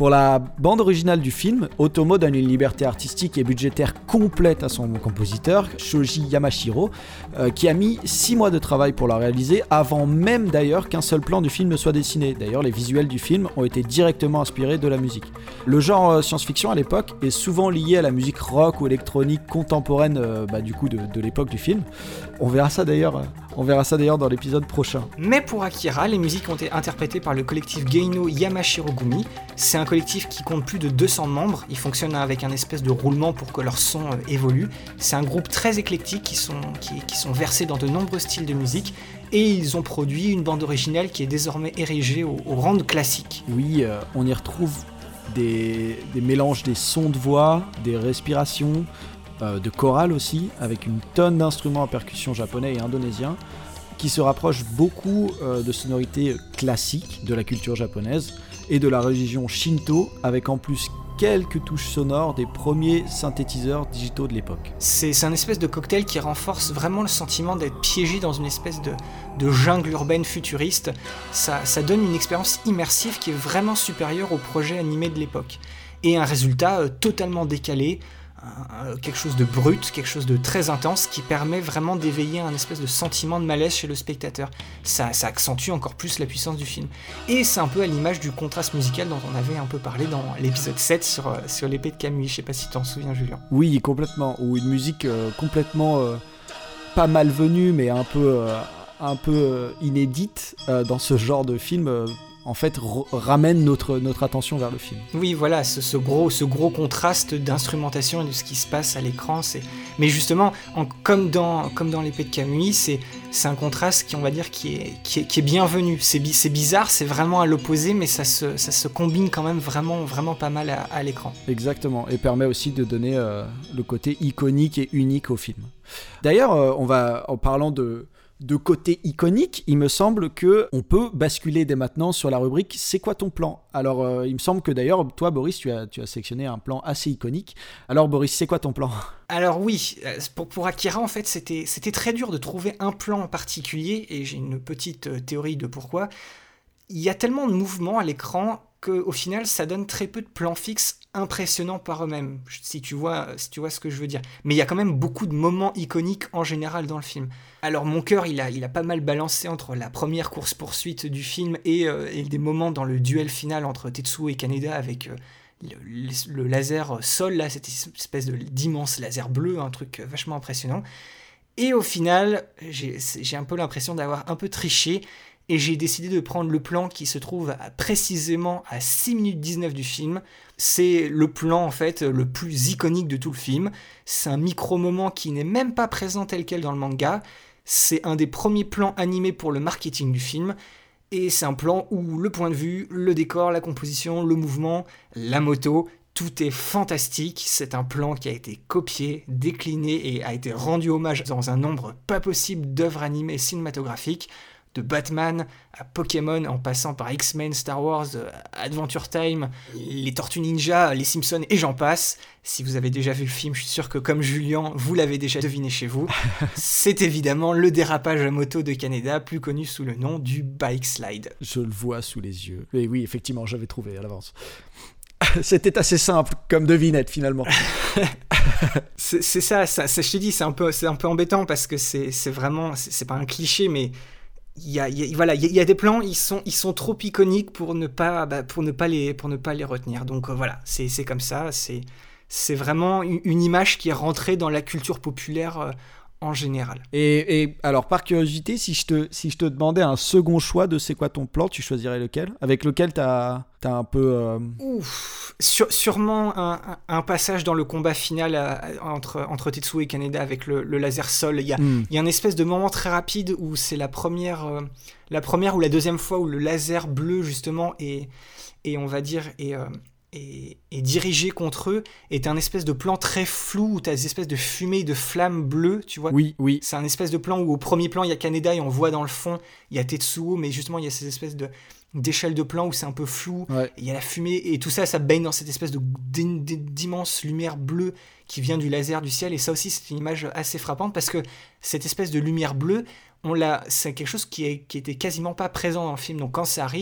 Pour la bande originale du film, Otomo donne une liberté artistique et budgétaire complète à son compositeur, Shoji Yamashiro, euh, qui a mis six mois de travail pour la réaliser, avant même d'ailleurs qu'un seul plan du film ne soit dessiné. D'ailleurs, les visuels du film ont été directement inspirés de la musique. Le genre euh, science-fiction à l'époque est souvent lié à la musique rock ou électronique contemporaine euh, bah, du coup de, de l'époque du film. On verra ça d'ailleurs, euh, on verra ça d'ailleurs dans l'épisode prochain. Mais pour Akira, les musiques ont été interprétées par le collectif Geino Yamashiro-gumi. C'est un collectif qui compte plus de deux cents membres. Ils fonctionnent avec un espèce de roulement pour que leur son euh, évolue. C'est un groupe très éclectique qui sont, qui, qui sont versés dans de nombreux styles de musique. Et ils ont produit une bande originale qui est désormais érigée au, au rang de classique. Oui, euh, on y retrouve des, des mélanges des sons de voix, des respirations, euh, de chorales aussi, avec une tonne d'instruments à percussion japonais et indonésiens, qui se rapprochent beaucoup euh, de sonorités classiques de la culture japonaise et de la religion Shinto, avec en plus quelques touches sonores des premiers synthétiseurs digitaux de l'époque. C'est, c'est un espèce de cocktail qui renforce vraiment le sentiment d'être piégé dans une espèce de, de jungle urbaine futuriste. Ça, ça donne une expérience immersive qui est vraiment supérieure au projet animé de l'époque. Et un résultat euh, totalement décalé, euh, quelque chose de brut, quelque chose de très intense qui permet vraiment d'éveiller un espèce de sentiment de malaise chez le spectateur. Ça, ça accentue encore plus la puissance du film. Et c'est un peu à l'image du contraste musical dont on avait un peu parlé dans l'épisode sept sur, sur l'épée de Kamui. Je sais pas si tu t'en souviens, Julien. Oui, complètement. Ou une musique euh, complètement euh, pas malvenue, mais un peu, euh, un peu euh, inédite euh, dans ce genre de film. Euh, en fait, r- ramène notre, notre attention vers le film. Oui, voilà, ce, ce, gros, ce gros contraste d'instrumentation et de ce qui se passe à l'écran. C'est... Mais justement, en, comme, dans, comme dans l'épée de Kamui, c'est, c'est un contraste qui, on va dire, qui est, qui est, qui est bienvenu. C'est, bi- c'est bizarre, c'est vraiment à l'opposé, mais ça se, ça se combine quand même vraiment, vraiment pas mal à, à l'écran. Exactement, et permet aussi de donner euh, le côté iconique et unique au film. D'ailleurs, euh, on va, en parlant de... de côté iconique, il me semble que on peut basculer dès maintenant sur la rubrique « C'est quoi ton plan ?» Alors, euh, il me semble que d'ailleurs, toi, Boris, tu as, tu as sélectionné un plan assez iconique. Alors, Boris, c'est quoi ton plan ? Alors oui, pour, pour Akira, en fait, c'était, c'était très dur de trouver un plan en particulier, et j'ai une petite théorie de pourquoi. Il y a tellement de mouvements à l'écran qu'au final, ça donne très peu de plans fixes impressionnants par eux-mêmes, si tu vois, si tu vois ce que je veux dire. Mais il y a quand même beaucoup de moments iconiques en général dans le film. Alors mon cœur, il a, il a pas mal balancé entre la première course-poursuite du film et, euh, et des moments dans le duel final entre Tetsuo et Kaneda avec euh, le, le, le laser sol, là, cette espèce de, d'immense laser bleu, un truc vachement impressionnant. Et au final, j'ai, j'ai un peu l'impression d'avoir un peu triché, et j'ai décidé de prendre le plan qui se trouve à, précisément à six minutes dix-neuf du film. C'est le plan en fait le plus iconique de tout le film. C'est un micro-moment qui n'est même pas présent tel quel dans le manga. C'est un des premiers plans animés pour le marketing du film. Et c'est un plan où le point de vue, le décor, la composition, le mouvement, la moto, tout est fantastique. C'est un plan qui a été copié, décliné et a été rendu hommage dans un nombre pas possible d'œuvres animées cinématographiques. De Batman à Pokémon, en passant par X-Men, Star Wars, Adventure Time, les Tortues Ninja, les Simpsons et j'en passe. Si vous avez déjà vu le film, je suis sûr que comme Julien, vous l'avez déjà deviné chez vous. C'est évidemment le dérapage à moto de Kaneda, plus connu sous le nom du bike slide. Je le vois sous les yeux. Et oui, effectivement, j'avais trouvé à l'avance. C'était assez simple comme devinette finalement. c'est, c'est ça, ça, ça, je te dis, c'est un peu, c'est un peu embêtant parce que c'est, c'est vraiment, c'est, c'est pas un cliché, mais il y a, il y a, voilà, il y a des plans, ils sont, ils sont trop iconiques pour ne pas, bah, pour ne pas les, pour ne pas les retenir. Donc euh, voilà, c'est, c'est comme ça, c'est, c'est vraiment une, une image qui est rentrée dans la culture populaire euh, en général. Et, et alors par curiosité, si je te, si je te demandais un second choix de c'est quoi ton plan, tu choisirais lequel ? Avec lequel t'as, t'as un peu. Euh... Ouf, sur, sûrement un, un, un passage dans le combat final à, entre, entre Tetsuo et Kaneda avec le, le laser sol. Il y a, mm. il y a une espèce de moment très rapide où c'est la première, euh, la première ou la deuxième fois où le laser bleu justement est, et on va dire est, euh, est, est dirigé contre eux, est un espèce de plan très flou où tu as des espèces de fumée, de flammes bleues, tu vois. Oui, oui. C'est un espèce de plan où au premier plan il y a Kaneda et on voit dans le fond il y a Tetsuo, mais justement il y a ces espèces de d'échelle de plan où c'est un peu flou, il ouais. y a la fumée et tout ça, ça baigne dans cette espèce de d'immense lumière bleue qui vient du laser du ciel, et ça aussi c'est une image assez frappante parce que cette espèce de lumière bleue, on l'a, c'est quelque chose qui, est, qui était quasiment pas présent dans le film, donc quand ça arrive,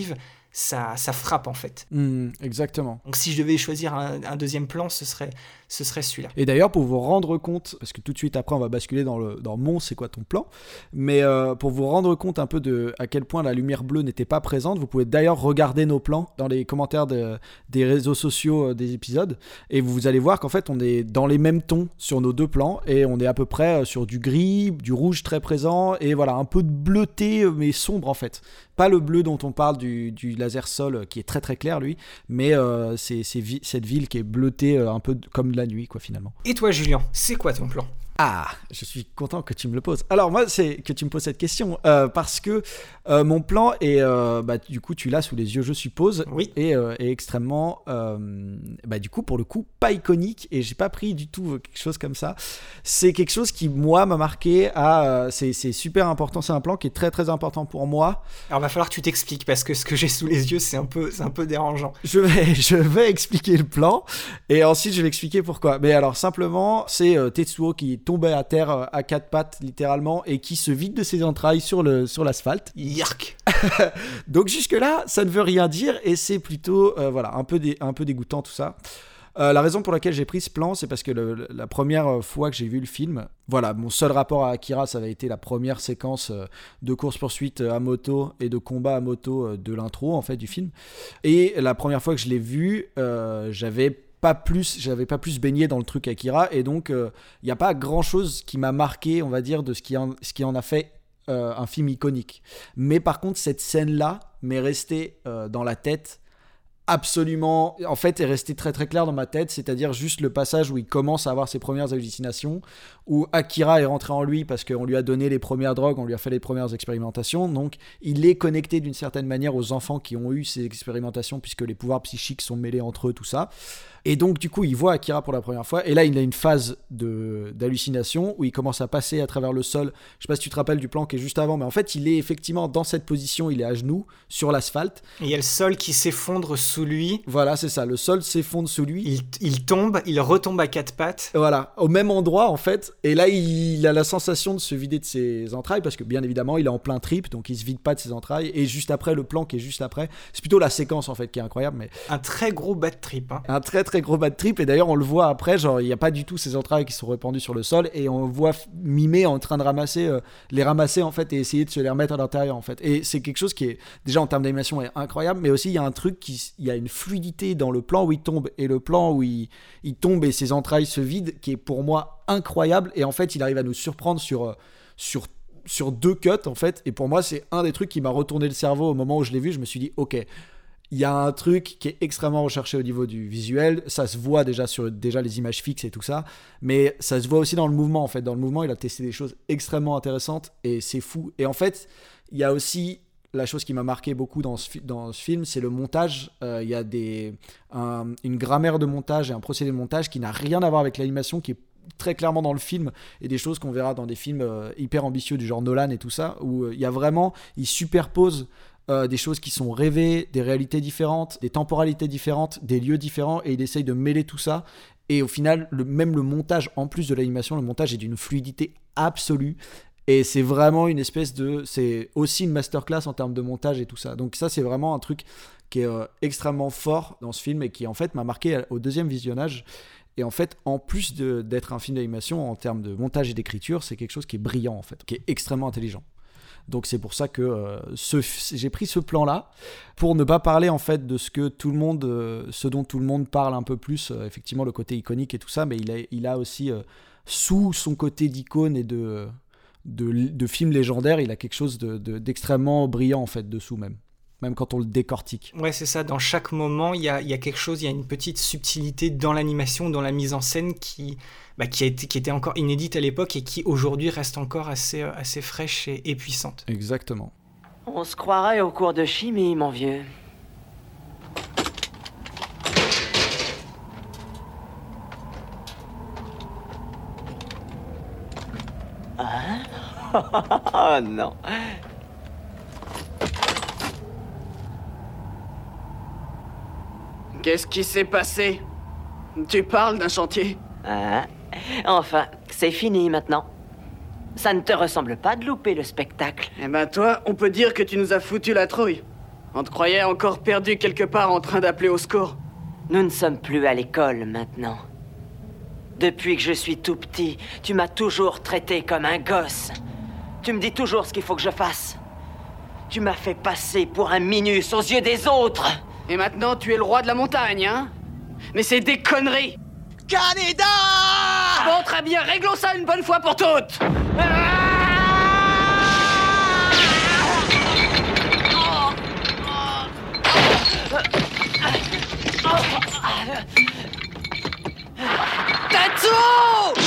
ça, ça frappe en fait. Mmh, exactement. Donc si je devais choisir un, un deuxième plan, ce serait, ce serait celui-là. Et d'ailleurs, pour vous rendre compte, parce que tout de suite après on va basculer dans, le, dans mon c'est quoi ton plan, mais euh, pour vous rendre compte un peu de à quel point la lumière bleue n'était pas présente, vous pouvez d'ailleurs regarder nos plans dans les commentaires de, des réseaux sociaux des épisodes, et vous allez voir qu'en fait on est dans les mêmes tons sur nos deux plans, et on est à peu près sur du gris, du rouge très présent, et voilà, un peu de bleuté mais sombre en fait. Pas le bleu dont on parle du, du laser sol qui est très très clair lui, mais euh, c'est, c'est vi- cette ville qui est bleutée euh, un peu comme de la nuit quoi finalement. Et toi Julien, c'est quoi ton plan ? Ah, je suis content que tu me le poses. Alors moi, c'est que tu me poses cette question euh, parce que euh, mon plan est, euh, bah, du coup, tu l'as sous les yeux, je suppose, oui. et euh, est extrêmement, euh, bah, du coup, pour le coup, pas iconique, et j'ai pas pris du tout quelque chose comme ça. C'est quelque chose qui, moi, m'a marqué. À, euh, c'est, c'est super important. C'est un plan qui est très très important pour moi. Alors, va falloir que tu t'expliques parce que ce que j'ai sous les yeux, c'est un peu, c'est un peu dérangeant. Je vais, je vais expliquer le plan, et ensuite je vais expliquer pourquoi. Mais alors simplement, c'est euh, Tetsuo qui tombait à terre à quatre pattes littéralement et qui se vide de ses entrailles sur, le, sur l'asphalte. Yark. Donc jusque là ça ne veut rien dire et c'est plutôt euh, voilà, un, peu dé, un peu dégoûtant tout ça. Euh, la raison pour laquelle j'ai pris ce plan, c'est parce que le, la première fois que j'ai vu le film, voilà, mon seul rapport à Akira, ça avait été la première séquence de course-poursuite à moto et de combat à moto de l'intro en fait du film. Et la première fois que je l'ai vu, euh, j'avais pas plus, j'avais pas plus baigné dans le truc Akira, et donc il euh, n'y a pas grand chose qui m'a marqué, on va dire, de ce qui en, ce qui en a fait euh, un film iconique. Mais par contre, cette scène-là m'est restée euh, dans la tête absolument, en fait, est restée très très claire dans ma tête, c'est-à-dire juste le passage où il commence à avoir ses premières hallucinations, où Akira est rentré en lui parce qu'on lui a donné les premières drogues, on lui a fait les premières expérimentations, donc il est connecté d'une certaine manière aux enfants qui ont eu ces expérimentations puisque les pouvoirs psychiques sont mêlés entre eux, tout ça. Et donc du coup il voit Akira pour la première fois, et là il a une phase de, d'hallucination où il commence à passer à travers le sol. Je sais pas si tu te rappelles du plan qui est juste avant, mais en fait il est effectivement dans cette position, il est à genoux sur l'asphalte. Et il y a le sol qui s'effondre sous lui. Voilà, c'est ça, le sol s'effondre sous lui. Il, il tombe, il retombe à quatre pattes. Voilà, au même endroit en fait, et là il a la sensation de se vider de ses entrailles, parce que bien évidemment il est en plein trip, donc il se vide pas de ses entrailles, et juste après, le plan qui est juste après, c'est plutôt la séquence en fait qui est incroyable. Mais un très gros bad trip, hein. Un très très gros bad trip, et d'ailleurs on le voit après, genre il n'y a pas du tout ses entrailles qui sont répandues sur le sol, et on voit Mimé en train de ramasser, euh, les ramasser en fait, et essayer de se les remettre à l'intérieur en fait. Et c'est quelque chose qui est, déjà en termes d'animation, est incroyable, mais aussi il y a un truc, qui, il y a une fluidité dans le plan où il tombe, et le plan où il, il tombe et ses entrailles se vident, qui est pour moi incroyable, et en fait il arrive à nous surprendre sur, sur, sur deux cuts en fait, et pour moi c'est un des trucs qui m'a retourné le cerveau au moment où je l'ai vu. Je me suis dit ok, il y a un truc qui est extrêmement recherché au niveau du visuel, ça se voit déjà sur déjà les images fixes et tout ça, mais ça se voit aussi dans le mouvement en fait. Dans le mouvement, il a testé des choses extrêmement intéressantes, et c'est fou. Et en fait, il y a aussi la chose qui m'a marqué beaucoup dans ce, dans ce film, c'est le montage. Euh, il y a des, un, une grammaire de montage et un procédé de montage qui n'a rien à voir avec l'animation, qui est très clairement dans le film, et des choses qu'on verra dans des films euh, hyper ambitieux du genre Nolan et tout ça, où euh, il y a vraiment, il superpose Euh, des choses qui sont rêvées, des réalités différentes, des temporalités différentes, des lieux différents, et il essaye de mêler tout ça. Et au final, le, même le montage, en plus de l'animation, le montage est d'une fluidité absolue. Et c'est vraiment une espèce de... C'est aussi une masterclass en termes de montage et tout ça. Donc ça, c'est vraiment un truc qui est euh, extrêmement fort dans ce film, et qui en fait m'a marqué au deuxième visionnage. Et en fait, en plus de, d'être un film d'animation, en termes de montage et d'écriture, c'est quelque chose qui est brillant en fait, qui est extrêmement intelligent. Donc c'est pour ça que euh, ce, j'ai pris ce plan-là pour ne pas parler en fait de ce que tout le monde, euh, ce dont tout le monde parle un peu plus, euh, effectivement le côté iconique et tout ça, mais il a, il a aussi euh, sous son côté d'icône et de, de, de film légendaire, il a quelque chose de, de, d'extrêmement brillant en fait dessous même. Même quand on le décortique. Ouais, c'est ça. Dans chaque moment, il y a, y a quelque chose, il y a une petite subtilité dans l'animation, dans la mise en scène qui, bah, qui, a été, qui était encore inédite à l'époque et qui aujourd'hui reste encore assez, assez fraîche et, et puissante. Exactement. On se croirait au cours de chimie, mon vieux. Hein? Oh non. Qu'est-ce qui s'est passé? Tu parles d'un chantier? Ah, enfin, c'est fini maintenant. Ça ne te ressemble pas de louper le spectacle. Eh ben toi, on peut dire que tu nous as foutu la trouille. On te croyait encore perdu quelque part en train d'appeler au secours. Nous ne sommes plus à l'école maintenant. Depuis que je suis tout petit, tu m'as toujours traité comme un gosse. Tu me dis toujours ce qu'il faut que je fasse. Tu m'as fait passer pour un minus aux yeux des autres. Et maintenant, tu es le roi de la montagne, hein? Mais c'est des conneries. Canada! Bon, très bien, réglons ça une bonne fois pour toutes. Tatsu!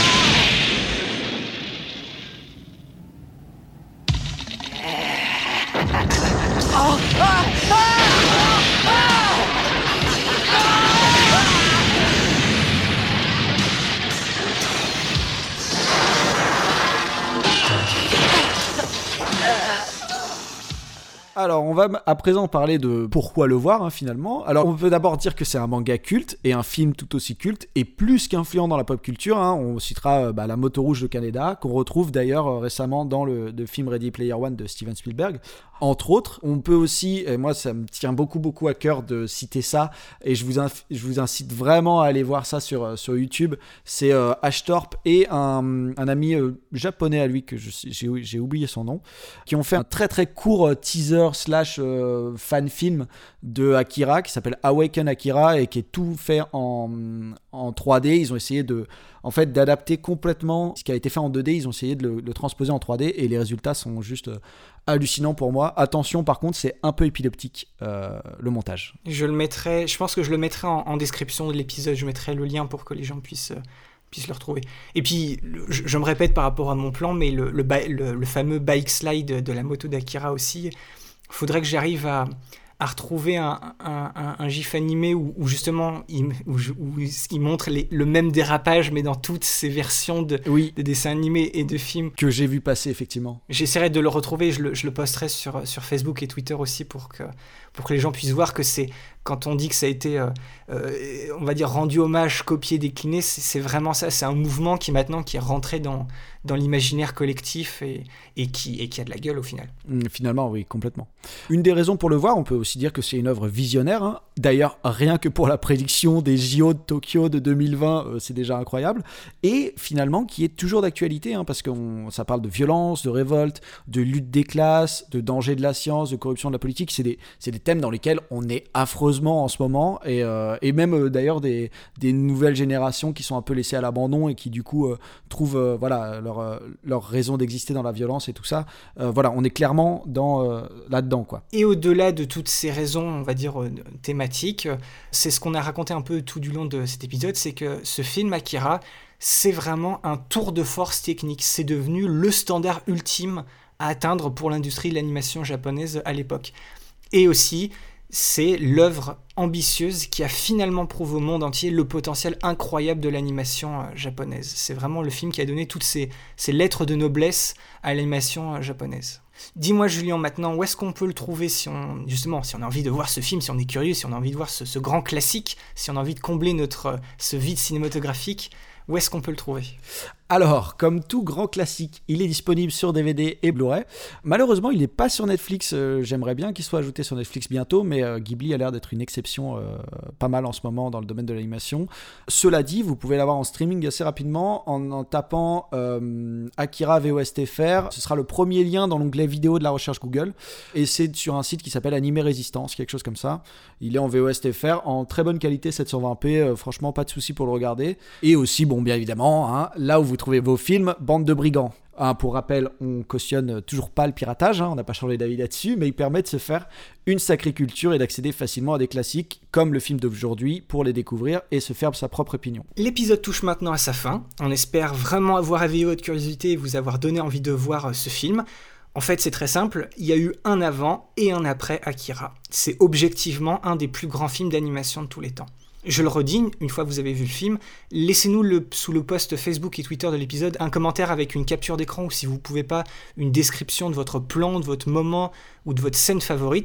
Alors, on va à présent parler de pourquoi le voir, hein, finalement. Alors, on peut d'abord dire que c'est un manga culte et un film tout aussi culte et plus qu'influent dans la pop culture. Hein. On citera euh, bah, La Moto Rouge de Kaneda, qu'on retrouve d'ailleurs euh, récemment dans le, le film Ready Player One de Steven Spielberg. Entre autres, on peut aussi, et moi ça me tient beaucoup beaucoup à cœur de citer ça, et je vous, inf- je vous incite vraiment à aller voir ça sur, sur YouTube. C'est euh, Ashtorp et un, un ami euh, japonais à lui, que je, j'ai, j'ai oublié son nom, qui ont fait un très très court euh, teaser slash euh, fan film de Akira, qui s'appelle Awaken Akira, et qui est tout fait en, en trois D. Ils ont essayé de, en fait, d'adapter complètement ce qui a été fait en deux D, ils ont essayé de le, le transposer en trois D, et les résultats sont juste euh, hallucinants pour moi. Attention, par contre, c'est un peu épileptique, euh, le montage. Je le mettrai, je pense que je le mettrai en, en description de l'épisode, je mettrai le lien pour que les gens puissent, euh, puissent le retrouver. Et puis, le, je, je me répète par rapport à mon plan, mais le, le, le, le fameux bike slide de la moto d'Akira aussi, il faudrait que j'arrive à... à retrouver un, un, un, un gif animé où, où justement il, où, où il montre les, le même dérapage mais dans toutes ces versions de, oui. de dessins animés et de films. Que j'ai vu passer effectivement. J'essaierai de le retrouver, je le, je le posterai sur, sur Facebook et Twitter aussi pour que, pour que les gens puissent voir que c'est, quand on dit que ça a été, euh, euh, on va dire, rendu hommage, copié, décliné, c'est, c'est vraiment ça, c'est un mouvement qui maintenant qui est rentré dans, dans l'imaginaire collectif et, et, qui, et qui a de la gueule au final. Mmh, finalement, oui, complètement. Une des raisons pour le voir, on peut aussi dire que c'est une œuvre visionnaire. Hein. D'ailleurs, rien que pour la prédiction des J O de Tokyo de deux mille vingt, euh, c'est déjà incroyable. Et finalement, qui est toujours d'actualité, hein, parce que on, ça parle de violence, de révolte, de lutte des classes, de danger de la science, de corruption de la politique. C'est des, c'est des thèmes dans lesquels on est affreusement en ce moment. Et, euh, et même euh, d'ailleurs des, des nouvelles générations qui sont un peu laissées à l'abandon et qui du coup euh, trouvent euh, voilà, leur, euh, leur raison d'exister dans la violence et tout ça. Euh, voilà, on est clairement dans, euh, là-dedans, quoi. Et au-delà de toutes ces raisons, on va dire, euh, thématiques, euh, c'est ce qu'on a raconté un peu tout du long de cet épisode, c'est que ce film Akira, c'est vraiment un tour de force technique. C'est devenu le standard ultime à atteindre pour l'industrie de l'animation japonaise à l'époque. Et aussi, c'est l'œuvre ambitieuse qui a finalement prouvé au monde entier le potentiel incroyable de l'animation euh, japonaise. C'est vraiment le film qui a donné toutes ces, ces lettres de noblesse à l'animation euh, japonaise. Dis-moi Julien maintenant, où est-ce qu'on peut le trouver si on, justement, si on a envie de voir ce film, si on est curieux, si on a envie de voir ce, ce grand classique, si on a envie de combler notre, ce vide cinématographique, où est-ce qu'on peut le trouver ? Alors, comme tout grand classique, il est disponible sur D V D et Blu-ray. Malheureusement, il n'est pas sur Netflix. Euh, j'aimerais bien qu'il soit ajouté sur Netflix bientôt, mais euh, Ghibli a l'air d'être une exception euh, pas mal en ce moment dans le domaine de l'animation. Cela dit, vous pouvez l'avoir en streaming assez rapidement en, en tapant euh, Akira V O S T F R. Ce sera le premier lien dans l'onglet vidéo de la recherche Google. Et c'est sur un site qui s'appelle Animé Résistance, quelque chose comme ça. Il est en V O S T F R, en très bonne qualité, sept cent vingt p. Euh, franchement, pas de souci pour le regarder. Et aussi, bon, bien évidemment, hein, là où vous trouvez vos films, bande de brigands. Hein, pour rappel, on cautionne toujours pas le piratage, hein, on n'a pas changé d'avis là-dessus, mais il permet de se faire une sacrée culture et d'accéder facilement à des classiques comme le film d'aujourd'hui pour les découvrir et se faire sa propre opinion. L'épisode touche maintenant à sa fin. On espère vraiment avoir éveillé votre curiosité et vous avoir donné envie de voir ce film. En fait, c'est très simple, il y a eu un avant et un après Akira. C'est objectivement un des plus grands films d'animation de tous les temps. Je le redis, une fois que vous avez vu le film, laissez-nous le, sous le post Facebook et Twitter de l'épisode un commentaire avec une capture d'écran ou si vous ne pouvez pas, une description de votre plan, de votre moment ou de votre scène favorite.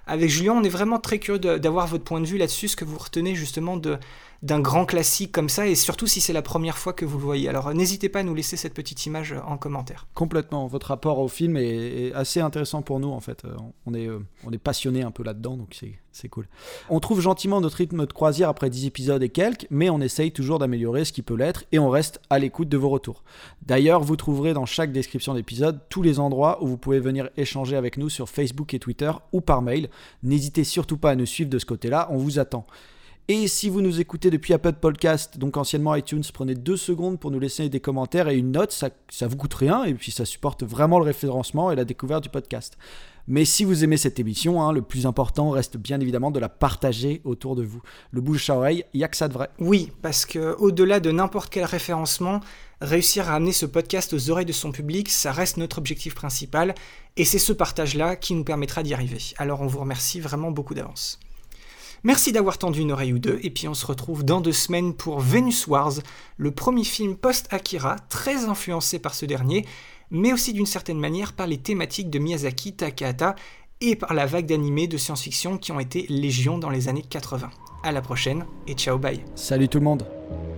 avec Julien, on est vraiment très curieux de, d'avoir votre point de vue là-dessus, ce que vous retenez justement de, d'un grand classique comme ça, et surtout si c'est la première fois que vous le voyez. Alors n'hésitez pas à nous laisser cette petite image en commentaire. Complètement, votre rapport au film est, est assez intéressant pour nous en fait. On est, euh, on est passionné un peu là-dedans, donc c'est, c'est cool. On trouve gentiment notre rythme de croisière après dix épisodes et quelques, mais on essaye toujours d'améliorer ce qui peut l'être, et on reste à l'écoute de vos retours. D'ailleurs, vous trouverez dans chaque description d'épisode tous les endroits où vous pouvez venir échanger avec nous sur Facebook et Twitter ou par mail. N'hésitez surtout pas à nous suivre de ce côté-là, on vous attend. Et si vous nous écoutez depuis Apple Podcast, donc anciennement iTunes, prenez deux secondes pour nous laisser des commentaires et une note, ça, ça vous coûte rien, et puis ça supporte vraiment le référencement et la découverte du podcast. Mais si vous aimez cette émission, hein, le plus important reste bien évidemment de la partager autour de vous. Le bouche à oreille, il n'y a que ça de vrai. Oui, parce qu'au-delà de n'importe quel référencement, réussir à amener ce podcast aux oreilles de son public, ça reste notre objectif principal, et c'est ce partage-là qui nous permettra d'y arriver. Alors on vous remercie vraiment beaucoup d'avance. Merci d'avoir tendu une oreille ou deux, et puis on se retrouve dans deux semaines pour Venus Wars, le premier film post-Akira, très influencé par ce dernier, mais aussi d'une certaine manière par les thématiques de Miyazaki, Takahata, et par la vague d'animés de science-fiction qui ont été légion dans les années quatre-vingts. À la prochaine, et ciao bye. Salut tout le monde.